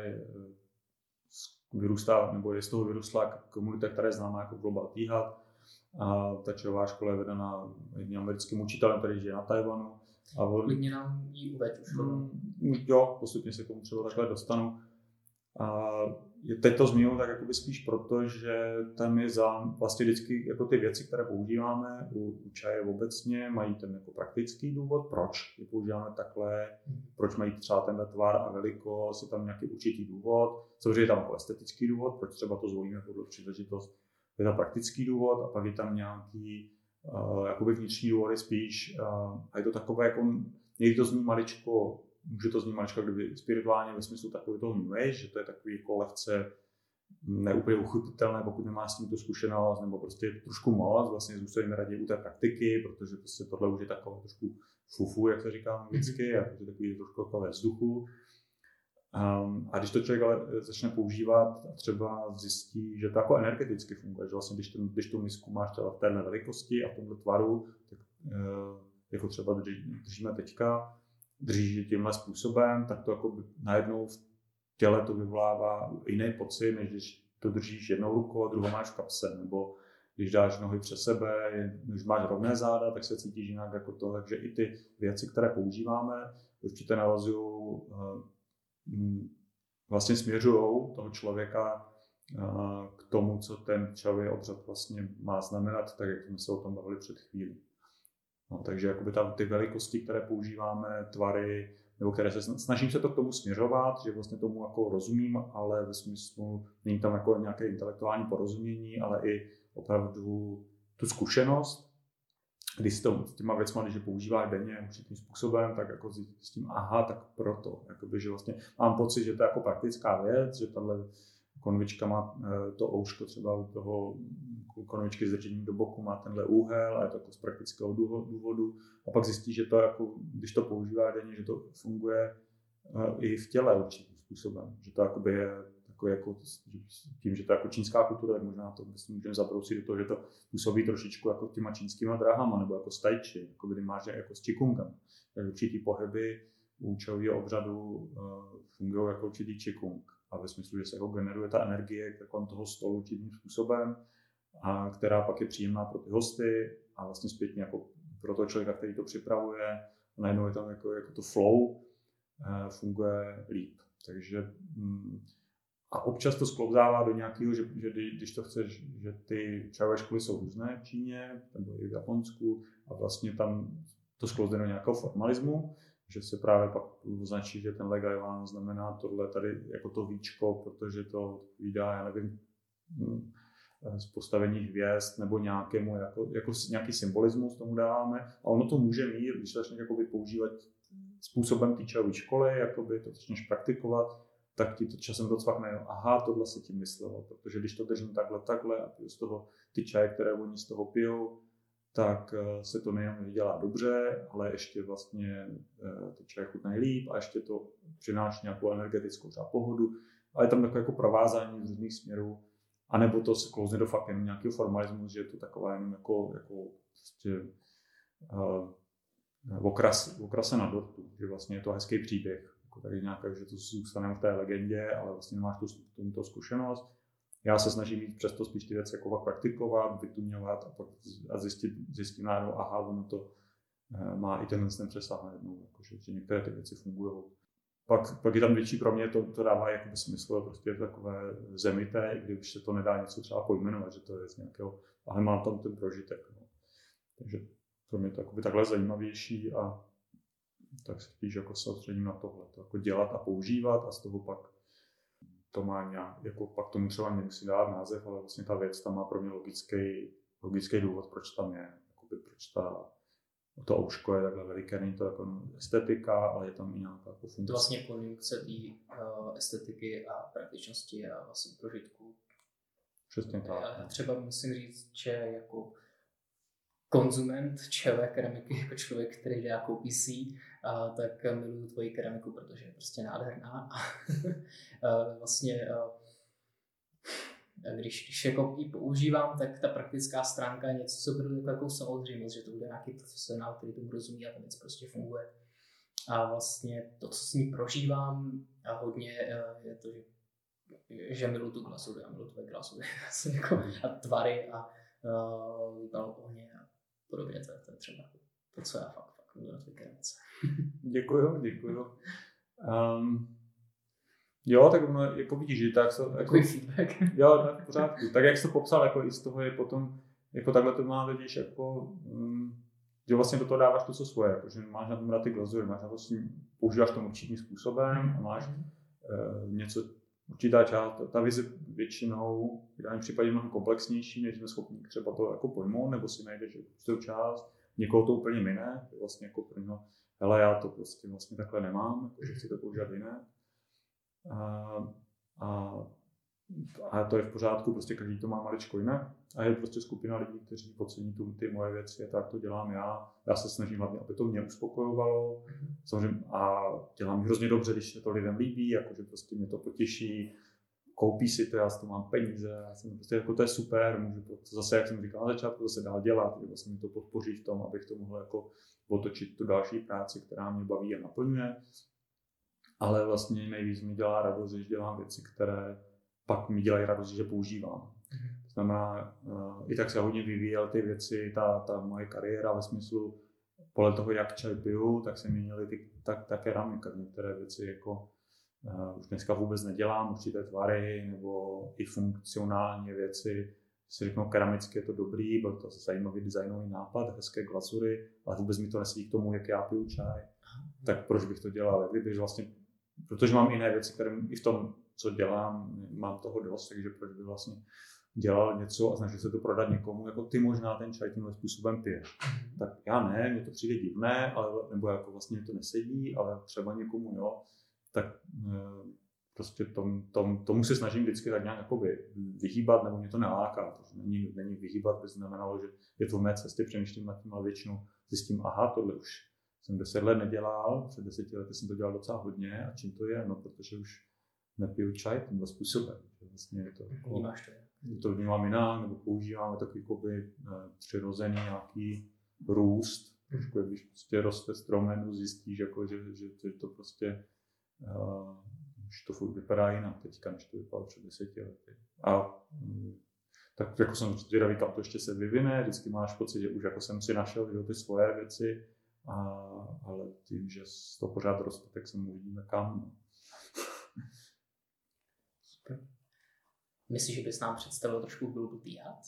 Speaker 2: vyrůstá, nebo je z toho vyrůstla komunita, která je známá jako Global Tea. A ta čajová škola je vedena jedním americkým učitelem, který žije na Tajvanu.
Speaker 3: Klidně nám ji uveď už.
Speaker 2: Jo, postupně se k tomu třeba takhle dostanu. A teď to zmiňuji tak jakoby spíš proto, že tam je vlastně vždycky jako ty věci, které používáme u čaje obecně, mají ten jako praktický důvod, proč je používáme takhle, proč mají třeba tenhle tvar a velikost, je tam nějaký určitý důvod, samozřejmě je tam jako estetický důvod, proč třeba to zvolíme podle příležitost, je tam praktický důvod a pak je tam nějaký jakoby vnitřní důvody spíš a je to takové jako, někdy to zní maličko, může to znít maličko kdyby spirituálně ve smyslu takový toho New Age, že to je takový jako lehce neúplně uchopitelné, pokud nemáš s tím tu zkušenost, nebo prostě trošku moc, vlastně zůstaneme raději u té praktiky, protože prostě tohle už je takové trošku fufu, jak se říká anglicky, a to je takový trošku takové vzduchu. A když to člověk ale začne používat a třeba zjistí, že to jako energeticky funguje, že vlastně když tu misku máš třeba v téhle velikosti a v tomhle tvaru, tak jako třeba držíme teďka, držíš tímhle způsobem, tak to jako najednou v těle to vyvolává jiný pocit, než když to držíš jednou rukou a druhou máš v kapse, nebo když dáš nohy přes sebe, když máš rovné záda, tak se cítíš jinak jako to, takže i ty věci, které používáme, určitě navazují, vlastně směřují toho člověka k tomu, co ten čajový obřad vlastně má znamenat, tak jak jsme se o tom bavili před chvílí. No, takže jakoby tam ty velikosti, které používáme, tvary, nebo které se snažím se to k tomu směřovat, že vlastně tomu jako rozumím, ale ve smyslu není tam jako nějaké intelektuální porozumění, ale i opravdu tu zkušenost, když s těma věcma, když je používáš denně určitým způsobem, tak jako s tím aha, tak proto, jakoby, že vlastně mám pocit, že to je jako praktická věc, že tahle konvička má to ouško třeba u toho konvičky s držením do boku má tenhle úhel a je to jako z praktického důvodu. A pak zjistí, že to jako, když to používá denně, že to funguje i v těle určitým způsobem. Že to jakoby je takový jako tím, že to je jako čínská kultura, tak možná to můžeme zabrousit do toho, že to působí trošičku jako těma čínskýma drahama nebo jako s tai chi, jako kdy máš jako s qigungem. Tak určitý pohyby u čelového obřadu fungují jako určitý qigong. A ve smyslu, že se ho generuje ta energie kolem toho stolu určitým způsobem, a která pak je příjemná pro ty hosty a vlastně zpětně jako pro toho člověka, který to připravuje. A najednou je tam jako to flow, funguje líp. Takže a občas to sklouzává do nějakého, že když to chceš, že ty čajové školy jsou různé v Číně nebo i v Japonsku a vlastně tam to sklouzne do nějakého formalismu, že se právě pak označí, že ten Legaiwan znamená tohle tady jako to víčko, protože to vydá, já nevím, z postavení hvězd nebo nějakému, jako nějaký symbolismus tomu dáváme. A ono to může mít, když to začneš používat způsobem té čajové školy, jakoby to začneš praktikovat, tak ti to časem docvakne, aha, tohle se tím myslelo, protože když to držím takhle a piju z toho ty čaje, které oni z toho pijou, tak se to nejen dělá dobře, ale ještě vlastně ty čaje chutnají líp a ještě to přináší nějakou energetickou třeba pohodu. Ale je tam takové jako provázání z různých směrů. A nebo to se klouzne do fakt jenom nějakého formalismu, že je to taková jenom jako prostě okrasa na dortu, že vlastně je to hezký příběh. Jako tady nějaká, že to zůstane v té legendě, ale vlastně nemáš tu zkušenost. Já se snažím mít přesto spíš ty věci jako praktikovat, vytuňovat a pak zjistím najednou, aha, ono to má i ten přesah najednou, jako, že některé ty věci fungují. Pak je tam větší, pro mě to dává jakoby smysl, prostě je to takové zemité, i když se to nedá něco třeba pojmenovat, že to je z nějakého, ale mám tam ten prožitek. No. Takže pro mě to jakoby takhle zajímavější a tak se spíš jako soustředím na tohle, to jako dělat a používat a z toho pak to má nějak, jako pak tomu třeba nemusí dát název, ale vlastně ta věc tam má pro mě logický důvod, proč tam je, jakoby proč to ouško je takhle veliké, není to jako estetika, ale je tam i nějaká jako funkce.
Speaker 3: To vlastně konjunkce té estetiky a praktičnosti a vlastně prožitku.
Speaker 2: Přesně tak.
Speaker 3: Já třeba musím říct, že jako konzument čajové keramiky, jako člověk, který jde a koupí si, tak miluju tvoji keramiku, protože je prostě nádherná. Vlastně když jako ji používám, tak ta praktická stránka je něco, co bude jako samozřejmost, že to bude nějaký profesionál, který tomu rozumí a ta věc prostě funguje. A vlastně to, co s ní prožívám a hodně, je to, že miluji tu glasury a miluji tvoje glasury jako, a tvary a ohně a podobně. To je třeba to, co já fakt miluji na tvé keramice.
Speaker 2: Děkuju. Jo, tak ono, jako vidíš, že tak se... Jako,
Speaker 3: feedback.
Speaker 2: Jo, tak v pořádku. Tak jak jsi to popsal, jako i z toho je potom, jako takhle to má totiž jako, že vlastně do toho dáváš to, co svoje, jako, že máš na tom rád ty glazury, máš na to s tím, používáš to určitým způsobem a máš něco, určitá část, ta vize většinou, v daném případě mnohem komplexnější, než jsme schopni třeba to jako pojmout, nebo si najdeš určitou část, někoho to úplně mine, vlastně jako pro něho, hele, já to prostě vlastně takhle nemám, jako, že chci to používat jinak. A to je v pořádku, prostě každý to má maličko jinak. A je prostě skupina lidí, kteří podcení ty moje věci, tak to dělám já. Já se snažím hlavně, aby to mě uspokojovalo. Samozřejmě, a dělám hrozně dobře, když se to lidem líbí, jakože prostě mě to potěší. Koupí si to, já s tom mám peníze, já jsem prostě jako to je super, můžu to zase, jak jsem říkal na začátku, zase dál dělat, že vlastně mě to podpoří v tom, abych to mohl jako otočit tu další práci, která mě baví a naplňuje. Ale vlastně nejvíc mi dělá radost, když dělám věci, které pak mi dělají radost, že používám. To znamená, i tak se hodně vyvíjel ty věci, ta moje kariéra ve smyslu, podle toho, jak čaj piju, tak se měnily ta keramika. Některé věci jako už dneska vůbec nedělám, určité tvary nebo i funkcionální věci. Si řeknu, keramicky je to dobrý, byl to zajímavý designový nápad, hezké glazury, ale vůbec mi to nesedí k tomu, jak já piju čaj. Tak proč bych to dělal? Kdybych vlastně, protože mám jiné věci, které i v tom, co dělám, mám toho dost, takže proč bych vlastně dělal něco a snažil se to prodat někomu, jako ty možná ten čaj tímhle způsobem piješ. Tak já ne, mně to přijde divné, ale, nebo jako vlastně to nesedí, ale třeba někomu jo, tak prostě tomu se snažím vždycky tak nějak jakoby vyhýbat, nebo mě to neláká. To není vyhýbat, by znamenalo, že je to v mé cestě, přemýšlím nad tím, ale většinou zjistím, aha, tohle už jsem 10 let nedělal, před 10 lety jsem to dělal docela hodně a čím to je? No, protože už nepiju čaj tímhle způsobem. Vlastně je to, to vnímám jinak, nebo používáme takový jakoby, přirozený nějaký růst. Trošku, když prostě roste stromenu, zjistíš, jako, že to prostě už to furt vypadá jinak teďka, než to vypadalo před 10 lety. A tak jako jsem zvědavý, kam to ještě se vyvine, vždycky máš pocit, že už jako jsem si našel, že ty svoje věci, ale tím, že to pořád roste, tak se uvidíme kam.
Speaker 3: Super. Myslíš, že bys nám představil trošku Global Tea Hut?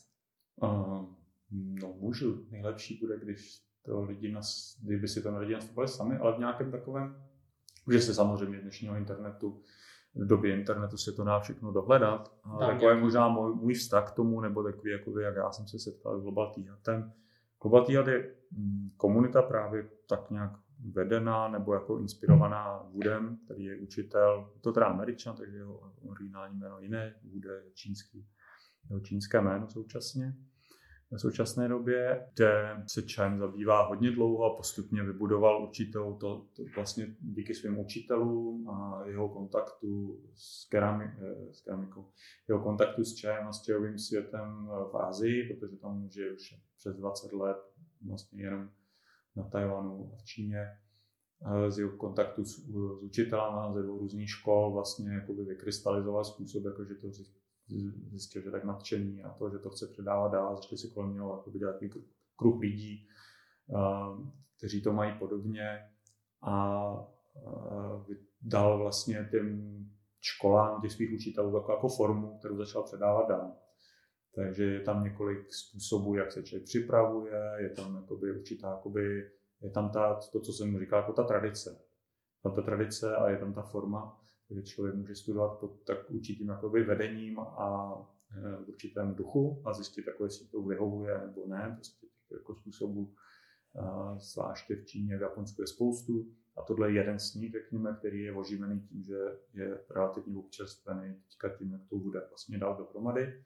Speaker 2: No můžu. Nejlepší bude, kdyby si to lidi nastupovali sami, ale v nějakém takovém, že se samozřejmě dnešního internetu, v době internetu se to dá všechno dohledat. Takový možná můj vztah k tomu, nebo takový, jakoby, jak já jsem se setkal s Global Tea Hutem. Global Tea Hut je komunita právě tak nějak vedená nebo jako inspirovaná Woodem, který je učitel, to teda Američan, takže jeho originální jméno jiné, Wood je čínský, jeho čínské jméno současně. V současné době, kde se čajem zabývá hodně dlouho a postupně vybudoval určitou, to vlastně díky svým učitelům a jeho kontaktu s keramikou, jeho kontaktu s čajem a s čajovým světem v Asii, protože tam žije už přes 20 let vlastně jenom na Tajvanu a v Číně, z jeho kontaktu s učitelama ze 2 různých škol vlastně jakoby vykrystalizoval způsob, jako že to zjistil, že tak nadšení a to, že to chce předávat dál, začali si kolem něho jakoby dělat kruh lidí, kteří to mají podobně a dal vlastně těm školám, těch svých učitelů jako formu, kterou začal předávat dál. Takže je tam několik způsobů, jak se člověk připravuje, je tam jakoby určitá, jakoby, je tam to, co jsem říkal, jako ta tradice. Tam ta tradice a je tam ta forma, kde člověk může studovat pod tak určitým jakoby vedením a v určitém duchu a zjistit, jako jestli to vyhovuje nebo ne. Prostě jako způsobů, zvláště v Číně, v Japonsku je spoustu. A tohle je jeden z nich, řekněme, který je oživený tím, že je relativně občerstvený teďka tím, jak to bude vlastně dal dohromady.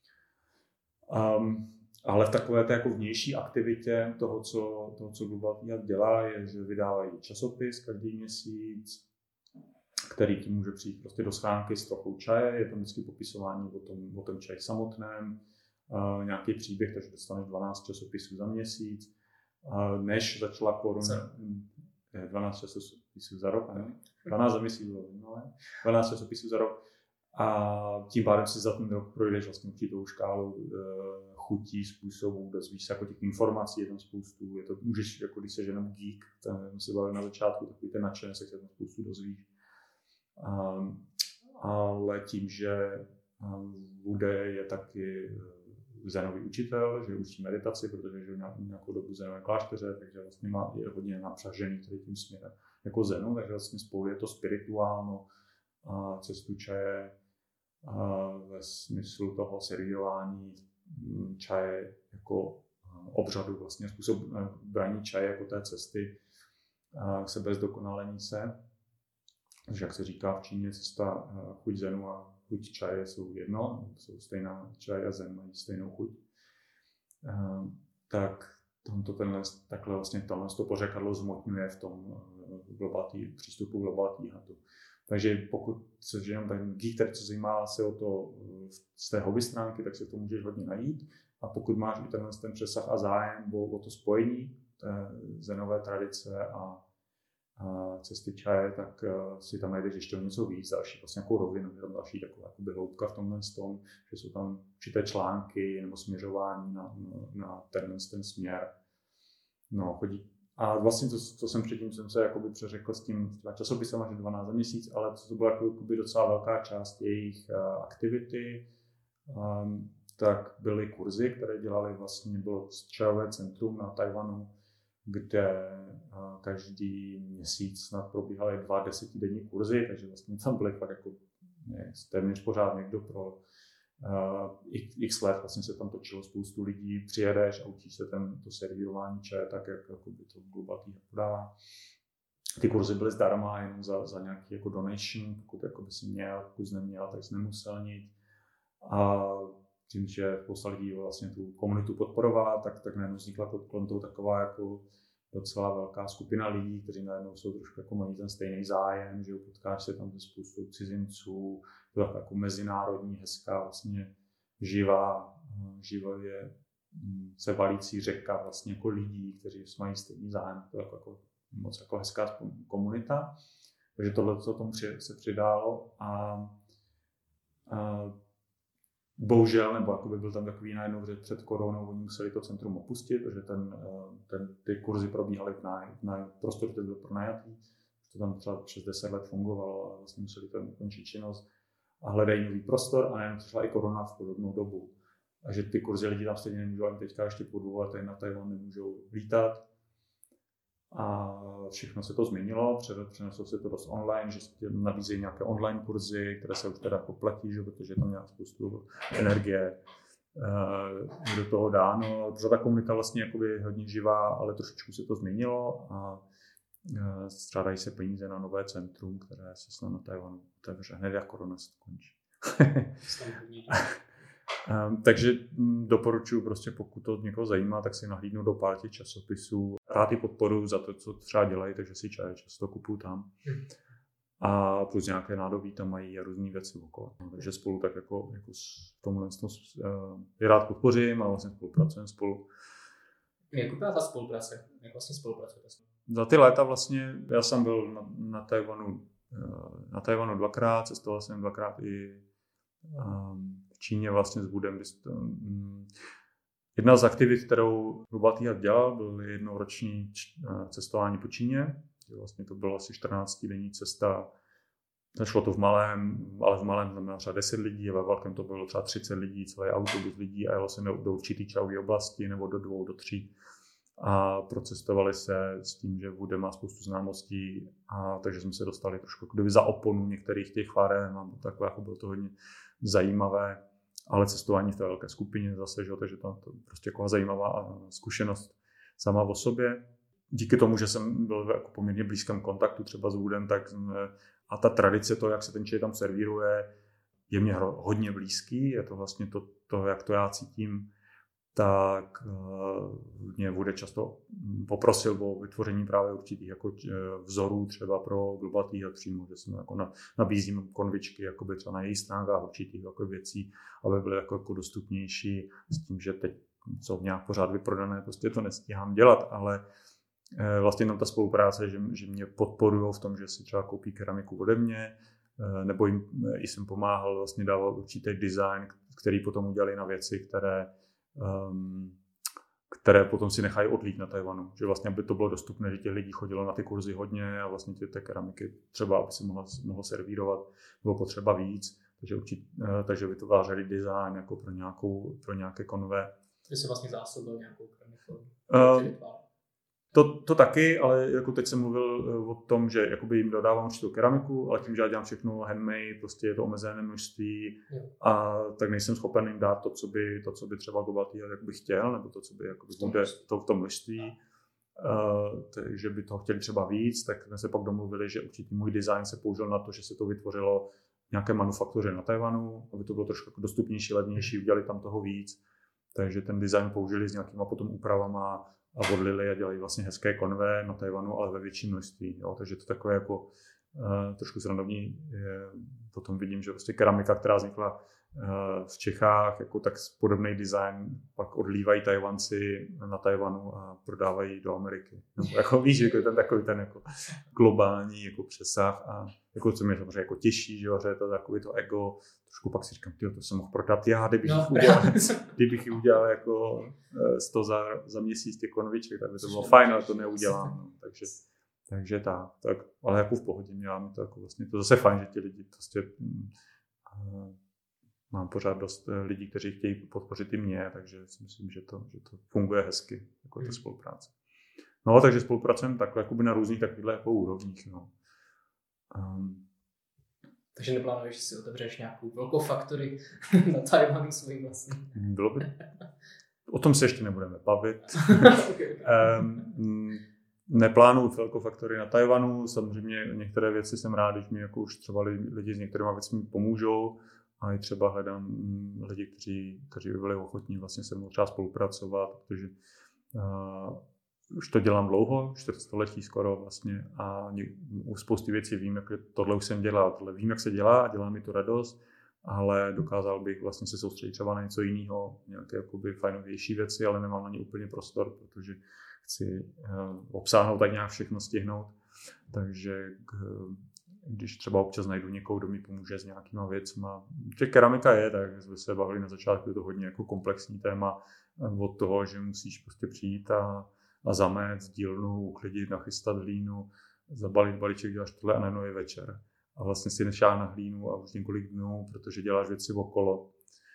Speaker 2: Ale v takové té jako vnější aktivitě toho, co Global Tea Hut dělá, je, že vydávají časopis každý měsíc, který ti může přijít prostě do schránky s trochou čaje, je tam vždycky popisování o tom čaji samotném, nějaký příběh, takže dostaneš 12 časopisů za měsíc. Než začala koruna, 12 časopisů za rok, ne? 12 za měsíc, 12 časopisů za rok. A tím pádem si za ten rok projdeš vlastně určitou škálu chutí, způsobů, dozvíš se jako těch informací, je tam spoustu, můžeš, jako když jsi jenom geek, tam se bavili na začátku, takový ten nadšenec, tak se tam spoustu dozvíš. Ale tím, že Bude je taky zenový učitel, že učí meditaci, protože žil nějakou dobu v zenovém klášteře, takže vlastně je hodně napřažený tady tím směrem jako zenu, takže vlastně spojuje to spirituálno a cestu čaje ve smyslu toho servírování čaje jako obřadu, vlastně způsob braní čaje jako té cesty k sebezdokonalení se. Takže jak se říká v Číně, cesta chuť zenu a chuť čaje jsou jedno, jsou stejná, čaj a zen mají stejnou chuť. Tak takhle vlastně to pořekadlo zmotňuje v tom přístupu Global Tea Hutu. Takže pokud jsi jenom ten geek, který se zajímá se o to z té hobby stránky, tak si to můžeš hodně najít. A pokud máš i ten přesah a zájem o to spojení té zenové tradice a cesty čaje, tak si tam najdeš ještě něco víc, další vlastně nějakou rovinu, je tam další taková jakoby hloubka v tomhle tom, že jsou tam určité články nebo směřování na ten směr. No, chodí. A vlastně to, co jsem předtím jsem se jakoby přeřekl s tím časopisem, že 12 za měsíc, ale to byla jakoby docela velká část jejich aktivity. Tak byly kurzy, které dělali vlastně, bylo čajové centrum na Tajvanu, kde každý měsíc snad probíhaly 2 desetidenní kurzy, takže vlastně tam byly fakt jako téměř pořád někdo pro x let, vlastně se tam točilo spoustu lidí, přijedeš a učíš se to servírování čaje tak, jak by to Global Tea Hut podává. ty kurzy byly zdarma jenom za nějaký jako donation, pokud jako by si měl, pokud jsi neměl, tak jsi nemusel nic. A tím, že spousta lidí vlastně tu komunitu podporovala, tak najednou vznikla kolem toho taková jako docela velká skupina lidí, kteří najednou jsou trošku jako mají ten stejný zájem, že potkáš se tam se spoustou cizinců, to tak jako mezinárodní, hezká, vlastně živě se valící řeka vlastně jako lidí, kteří mají stejný zájem, to jako moc jako hezká komunita. Takže tohle co tomu se přidálo a bohužel, nebo jakoby byl tam takový najednou, že před koronou oni museli to centrum opustit, protože ty kurzy probíhaly na prostoru, který byl pronajatý. To tam třeba přes 10 let fungovalo a vlastně museli tam ukončit činnost a hledají nový prostor a najednou přišla i korona v podobnou dobu. A že ty kurzy lidi tam stejně nemůžou ani teďka ještě po 2 letech na Taiwan nemůžou lítat. A všechno se to změnilo, přeneslo se to dost online, že nabízejí nějaké online kurzy, které se už teda jako platí, že, protože tam nějak spoustu energie do toho dáno. Protože ta komunita vlastně jakoby hodně živá, ale trošičku se to změnilo a střádají se peníze na nové centrum, které se snad na Taiwanu otevře hned jak korona se končí. Takže doporučuji prostě, pokud to někoho zajímá, tak si nahlídnu do pár těch časopisů. Rád podporuji za to, co třeba dělají, takže si často kupuju tam. A plus nějaké nádobí tam mají a různý věci okolo. Takže spolu tak jako s tomuhle je rád podpořím a vlastně spolupracujeme spolu.
Speaker 3: Jak vypadá ta spolupráce? Jak vlastně spolupracujete?
Speaker 2: Za ty léta vlastně, já jsem byl na Taiwanu 2krát, cestoval jsem 2krát i v Číně vlastně s Budem. Jedna z aktivit, kterou Global T-Hub dělal, byl jednoroční cestování po Číně. Vlastně to bylo asi 14denní cesta. Šlo to v malém, ale v malém znamená třeba 10 lidí a ve velkém to bylo třeba 30 lidí, celý autobus lidí a jelo se do určitý časové oblasti nebo do 2, do 3. A procestovali se s tím, že Bude má spoustu známostí, a takže jsme se dostali trošku za oponu některých těch farem a takové, jako bylo to hodně zajímavé, ale cestování v té velké skupině zase, že? Takže to prostě jako zajímavá zkušenost sama o sobě. Díky tomu, že jsem byl v jako poměrně blízkém kontaktu třeba s Woodem, tak a ta tradice, to, jak se ten čaj tam servíruje, je mě hodně blízký. Je to vlastně to jak to já cítím, tak mě Wood často poprosil o vytvoření právě určitých jako vzorů třeba pro Global T-Hub přímo, že jsme jako nabízím konvičky jakoby třeba na její stránkách určitých jako věcí, aby byly jako dostupnější s tím, že teď jsou nějak pořád vyprodané, prostě to nestíhám dělat, ale vlastně tam ta spolupráce, že mě podporují v tom, že si třeba koupí keramiku ode mě, nebo jim jsem pomáhal vlastně dávat určitý design, který potom udělali na věci, které potom si nechají odlít na Taiwanu. Že vlastně, aby to bylo dostupné, že těch lidí chodilo na ty kurzy hodně a vlastně ty keramiky třeba, aby se mohlo servírovat, bylo potřeba víc. Takže vytvářeli design jako pro nějaké konve.
Speaker 3: Ty jsi vlastně zásobil nějakou keramikou?
Speaker 2: To taky, ale jako teď jsem mluvil o tom, že jakoby jim dodávám určitou keramiku, ale tím, že já dělám všechno handmade, prostě je to omezené množství a tak nejsem schopen jim dát to, co by třeba Global T-Hub by chtěl, nebo to, co by jakoby bude v tom množství. Takže by toho chtěli třeba víc, tak jsme se pak domluvili, že určitý můj design se použil na to, že se to vytvořilo nějaké manufaktuře na Taiwanu, aby to bylo trošku dostupnější, levnější, udělali tam toho víc. Takže ten design použili s nějakýma potom úpravama a odlili a dělají vlastně hezké konve na Taiwanu, ale ve větším množství. Jo. Takže to takové jako trošku srandovní. Potom vidím, že prostě keramika, která vznikla v Čechách, jako tak podobný design pak odlívají Tajvanci na Taiwanu a prodávají do Ameriky. Nebo jako víš, jako ten takový ten jako globální jako přesah a jako co mě samozřejmě jako těší, že je to takový to ego. Trošku pak si říkám, to jsem mohl prodat já, kdybych ji udělal jako 100 za měsíc těch konviček, tak by to bylo fajn, ale to neudělám. No. Takže tak, ale jako v pohodě mělám to jako vlastně to zase fajn, že ti lidi prostě mám pořád dost lidí, kteří chtějí podpořit i mě, takže si myslím, že to funguje hezky, jako ta spolupráce. No, takže spolupracujeme takhle jakoby na různých takovýchhle jako úrovních. No.
Speaker 3: Takže neplánuješ, že si otevřeš nějakou velkou faktory na Taiwanu svojí vlastní?
Speaker 2: Bylo by. O tom se ještě nebudeme bavit.
Speaker 3: Okay.
Speaker 2: Neplánuju Felko-faktory na Tajvanu, samozřejmě některé věci jsem rád, když mi jako už třeba lidi s některými věcmi pomůžou a i třeba hledám lidi, kteří by byli ochotní vlastně se mnou třeba spolupracovat, protože už to dělám dlouho, 400 skoro vlastně a u spousty věcí vím, jak tohle už jsem dělal, tohle vím, jak se dělá a dělá mi to radost, ale dokázal bych vlastně se soustředit třeba na něco jiného, nějaké jakoby fajnovější věci, ale nemám na ně úplně prostor, protože chci obsáhnout tak nějak všechno stihnout, takže když třeba občas najdu někoho, kdo mi pomůže s nějakýma věcma. Že keramika je, tak jsme se bavili na začátku, je to hodně jako komplexní téma od toho, že musíš prostě přijít a zamést dílnu, uklidit, nachystat hlínu, zabalit balíček, děláš tohle a najednou je večer. A vlastně si nešáš na hlínu a už několik dnů, protože děláš věci okolo.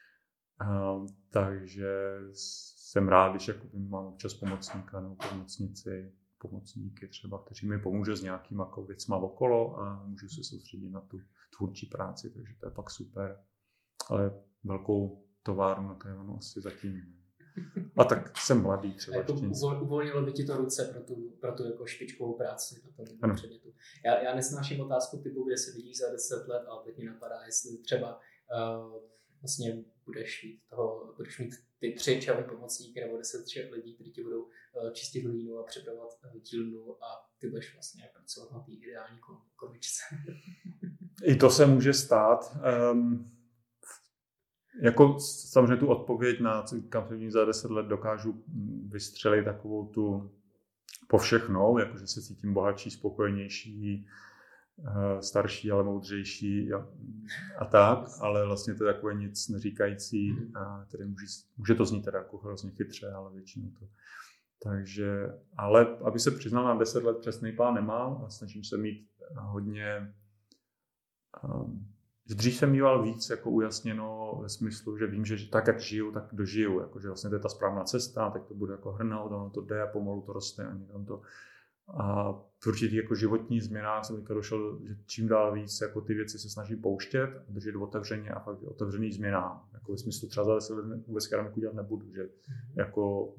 Speaker 2: Takže jsem rád, když mám občas pomocníka nebo pomocníky třeba, kteří mi pomůžou s nějakýma jako věcma okolo a můžu se soustředit na tu tvůrčí práci, takže to je pak super. Ale velkou továrnu na Tajvanu asi zatím. A tak jsem mladý třeba.
Speaker 3: Jako uvolnilo by ti to ruce pro tu jako špičkovou práci na tom předmětu. Já nesnáším otázku typu, kde se vidíš za 10 let, ale teď mi napadá, jestli třeba vlastně budeš mít ty 3 čavy pomocníky nebo 10 lidí, kteří ti budou čistit hlínu a připravovat dílnu a ty budeš vlastně pracovat na té ideální komičce.
Speaker 2: I to se může stát. Jako samozřejmě tu odpověď na kam se za 10 let dokážu vystřelit takovou tu povšechnou, jakože se cítím bohatší, spokojenější, starší, ale moudřejší a tak, ale vlastně to je takové nic neříkající, tedy může to znít teda jako hrozně chytře, ale většinou to. Takže, ale aby se přiznal, na 10 let přesný plán nemám a snažím se mít hodně. Dřív jsem mýval víc jako ujasněno ve smyslu, že vím, že tak, jak žiju, tak dožiju. Jakože vlastně to je ta správná cesta, tak to bude jako hrnout, ono to jde a pomalu to roste a někam to. A v určitých jako životních změnách jsem došel, že čím dál víc jako ty věci se snaží pouštět a držet otevřeně a fakt otevřený změnám. Jako ve smyslu třeba za 10 let vůbec keramiku dělat nebudu, že jako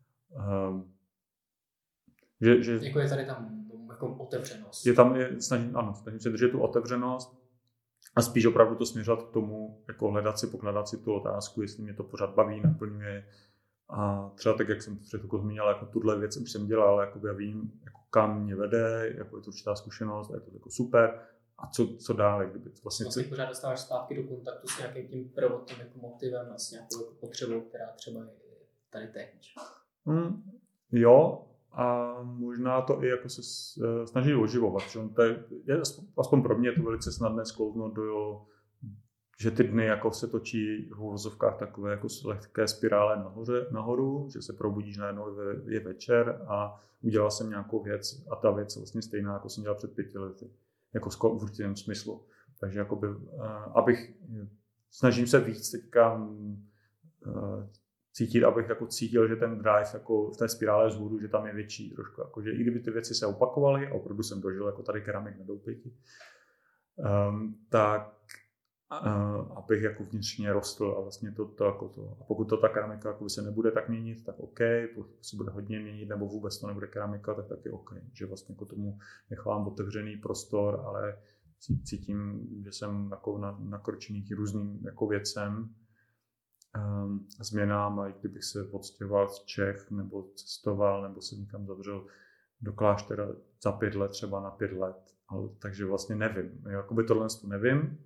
Speaker 2: že
Speaker 3: jako je tady tam jako otevřenost.
Speaker 2: Snažím se držet tu otevřenost a spíš opravdu to směřovat k tomu, jako pokládat si tu otázku, jestli mě to pořád baví, naplňuje. A třeba tak, jak jsem před chvilkou zmínil, jako tuhle věc už jsem dělal, jako já vím, jako kam mě vede, jako je to určitá zkušenost, je to jako super. A co dále, kdyby to
Speaker 3: vlastně pořád dostáváš zpátky do kontaktu s nějakým tím prvotním jako motivem a s nějakou jako potřebou, která třeba je tady teď.
Speaker 2: Jo, a možná to i jako se snaží oživovat. Je, aspoň pro mě je to velice snadné sklouznout že ty dny jako se točí v uvozovkách takové jako lehké spirále nahoru, že se probudíš najednou je večer a udělal jsem nějakou věc a ta věc je vlastně stejná, jako jsem dělal před 5 lety. Jako v určitém smyslu. Takže jakoby, snažím se víc teďka cítit, abych jako cítil, že ten drive jako v té spirále vzhůru, že tam je větší trošku. Jako, že i kdyby ty věci se opakovaly, a opravdu jsem dožil jako tady keramik na Doupěti, tak abych jako vnitřně rostl a vlastně to. A pokud to ta keramika jako se nebude tak měnit, tak OK, pokud se bude hodně měnit nebo vůbec to nebude keramika, tak taky OK. Že vlastně jako tomu nechávám otevřený prostor, ale cítím, že jsem jako nakročený k různým jako věcem, změnám, a i kdybych se odstěhoval z Čech nebo cestoval nebo se někam zavřel do kláštera za 5 let, třeba na 5 let. Takže vlastně nevím. Jakoby tohle nevím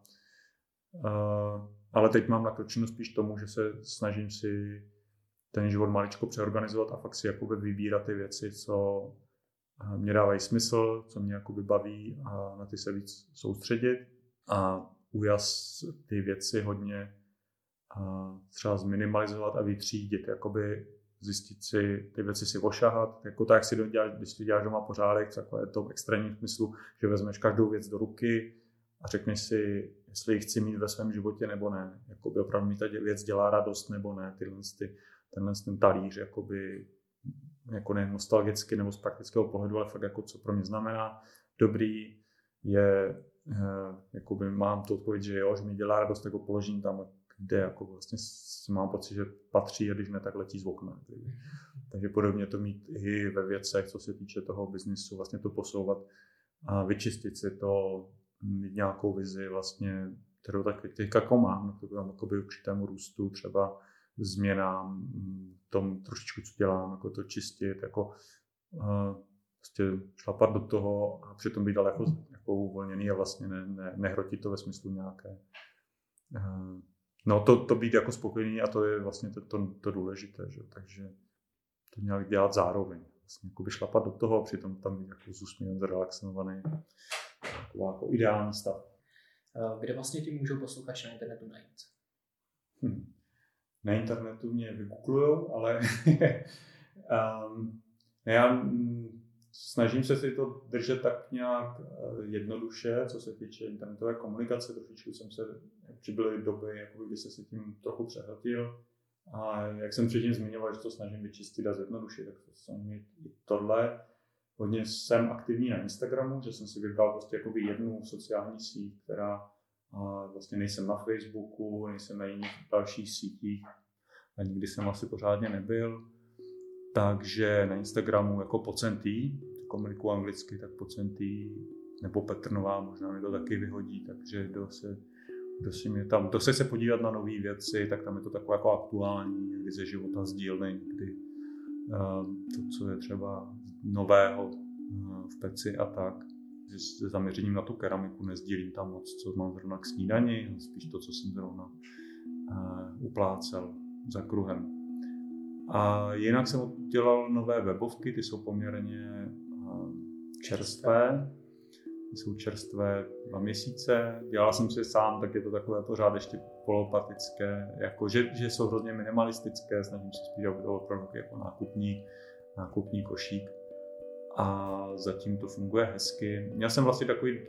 Speaker 2: ale teď mám nakročeno spíš tomu, že se snažím si ten život maličko přeorganizovat a fakt si jakoby vybírat ty věci, co mě dávají smysl, co mě jakoby baví a na ty se víc soustředit a ty věci hodně třeba zminimalizovat a vytřídit, jakoby zjistit si, ty věci si ošahat, jako tak, když si děláš doma pořádek, takové to v extrémním smyslu, že vezmeš každou věc do ruky a řekneš si, jestli ji chci mít ve svém životě nebo ne. Jakoby opravdu mi ta věc dělá radost nebo ne. Ten talíř, jakoby, jako nejen nostalgicky nebo z praktického pohledu, ale fakt jako co pro mě znamená dobrý, je, jakoby mám tu odpověď, že jo, že mi dělá radost, jako položím tam, kde jako vlastně mám pocit, že patří, a když ne, tak letí z okna. Takže podobně to mít i ve věcech, co se týče toho biznisu, vlastně to posouvat a vyčistit si to, mít nějakou vizi vlastně, kterou tak teďka jako mám, to mám jakoby určitému růstu, třeba změnám, tom trošičku, co dělám, jako to čistit, jako prostě šlapat do toho a přitom být dál jako uvolněný a vlastně nehrotit to ve smyslu nějaké. No to být jako spokojený a to je vlastně to důležité, že? Takže to nějak dělat zároveň. Vlastně jako šlapat do toho a přitom tam být jako s úsměvem zrelaxovaný. Jako ideální stav.
Speaker 3: Kde vlastně ti můžou posluchači na internetu najít?
Speaker 2: Na internetu mě vygooglujou, ale já snažím se si to držet tak nějak jednoduše, co se týče internetové komunikace. Trošičku přibyly doby, jakoby, kdy se tím trochu přehltil. A jak jsem předtím zmiňoval, že to snažím vyčistit a zjednodušit, tak to snažím i tohle. Hodně jsem aktivní na Instagramu, že jsem si vybral prostě jakoby jednu sociální síť, která vlastně nejsem na Facebooku, nejsem na jiných dalších sítích a nikdy jsem asi pořádně nebyl. Takže na Instagramu jako Pocentý, komunikuju anglicky, tak Pocentý nebo Petr Nová, možná mi to taky vyhodí, takže kdo se podívat na nové věci, tak tam je to takové jako aktuální, kdy ze života z dílny, kdy to, co je třeba nového v peci a tak. S zaměřením na tu keramiku nezdílím tam moc, co mám zrovna k snídani, spíš to, co jsem zrovna uplácel za kruhem. A jinak jsem udělal nové webovky, ty jsou poměrně čerstvé. Ty jsou čerstvé 2 měsíce. Dělal jsem si sám, tak je to takové pořád ještě polopatické, jako, že jsou hrozně minimalistické, snažím se spíš, aby to opravdu jako nákupní košík. A zatím to funguje hezky. Měl jsem vlastně takový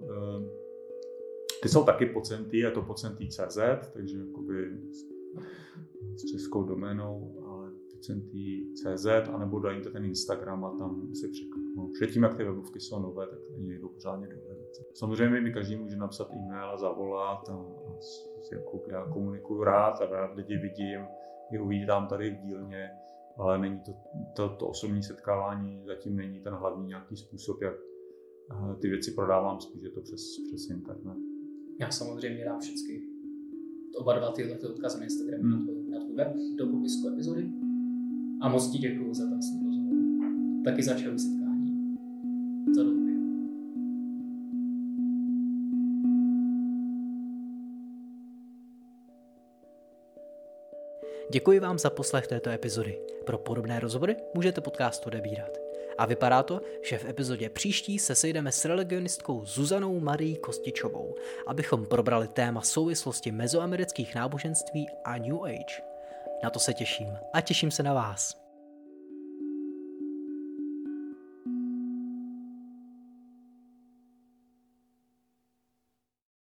Speaker 2: ty jsou taky Pocentý, je to Pocentý.cz, takže jakoby s českou doménou, ale Pocentý.cz, anebo dají to ten Instagram a tam si překliknou. Předtím, jak ty webovky jsou nové, tak ani nejdou pořádně dohledat. Samozřejmě mi každý může napsat e-mail a zavolat a jako já komunikuju rád a rád lidi vidím, je uvídám tady v dílně, ale není to osobní setkávání, zatím není ten hlavní nějaký způsob, jak ty věci prodávám, spíš je to přes internet.
Speaker 3: Já samozřejmě dám všechny oba dva tyhle odkazy na Instagram na tvůj web do popisku epizody. A moc ti děkuju za ten rozhovor. Taky začal setkání. Za dobře.
Speaker 1: Děkuji vám za poslech této epizody. Pro podobné rozhovory můžete podcast odebírat. A vypadá to, že v epizodě příští se sejdeme s religionistkou Zuzanou Marií Kostičovou, abychom probrali téma souvislosti mezoamerických náboženství a New Age. Na to se těším a těším se na vás.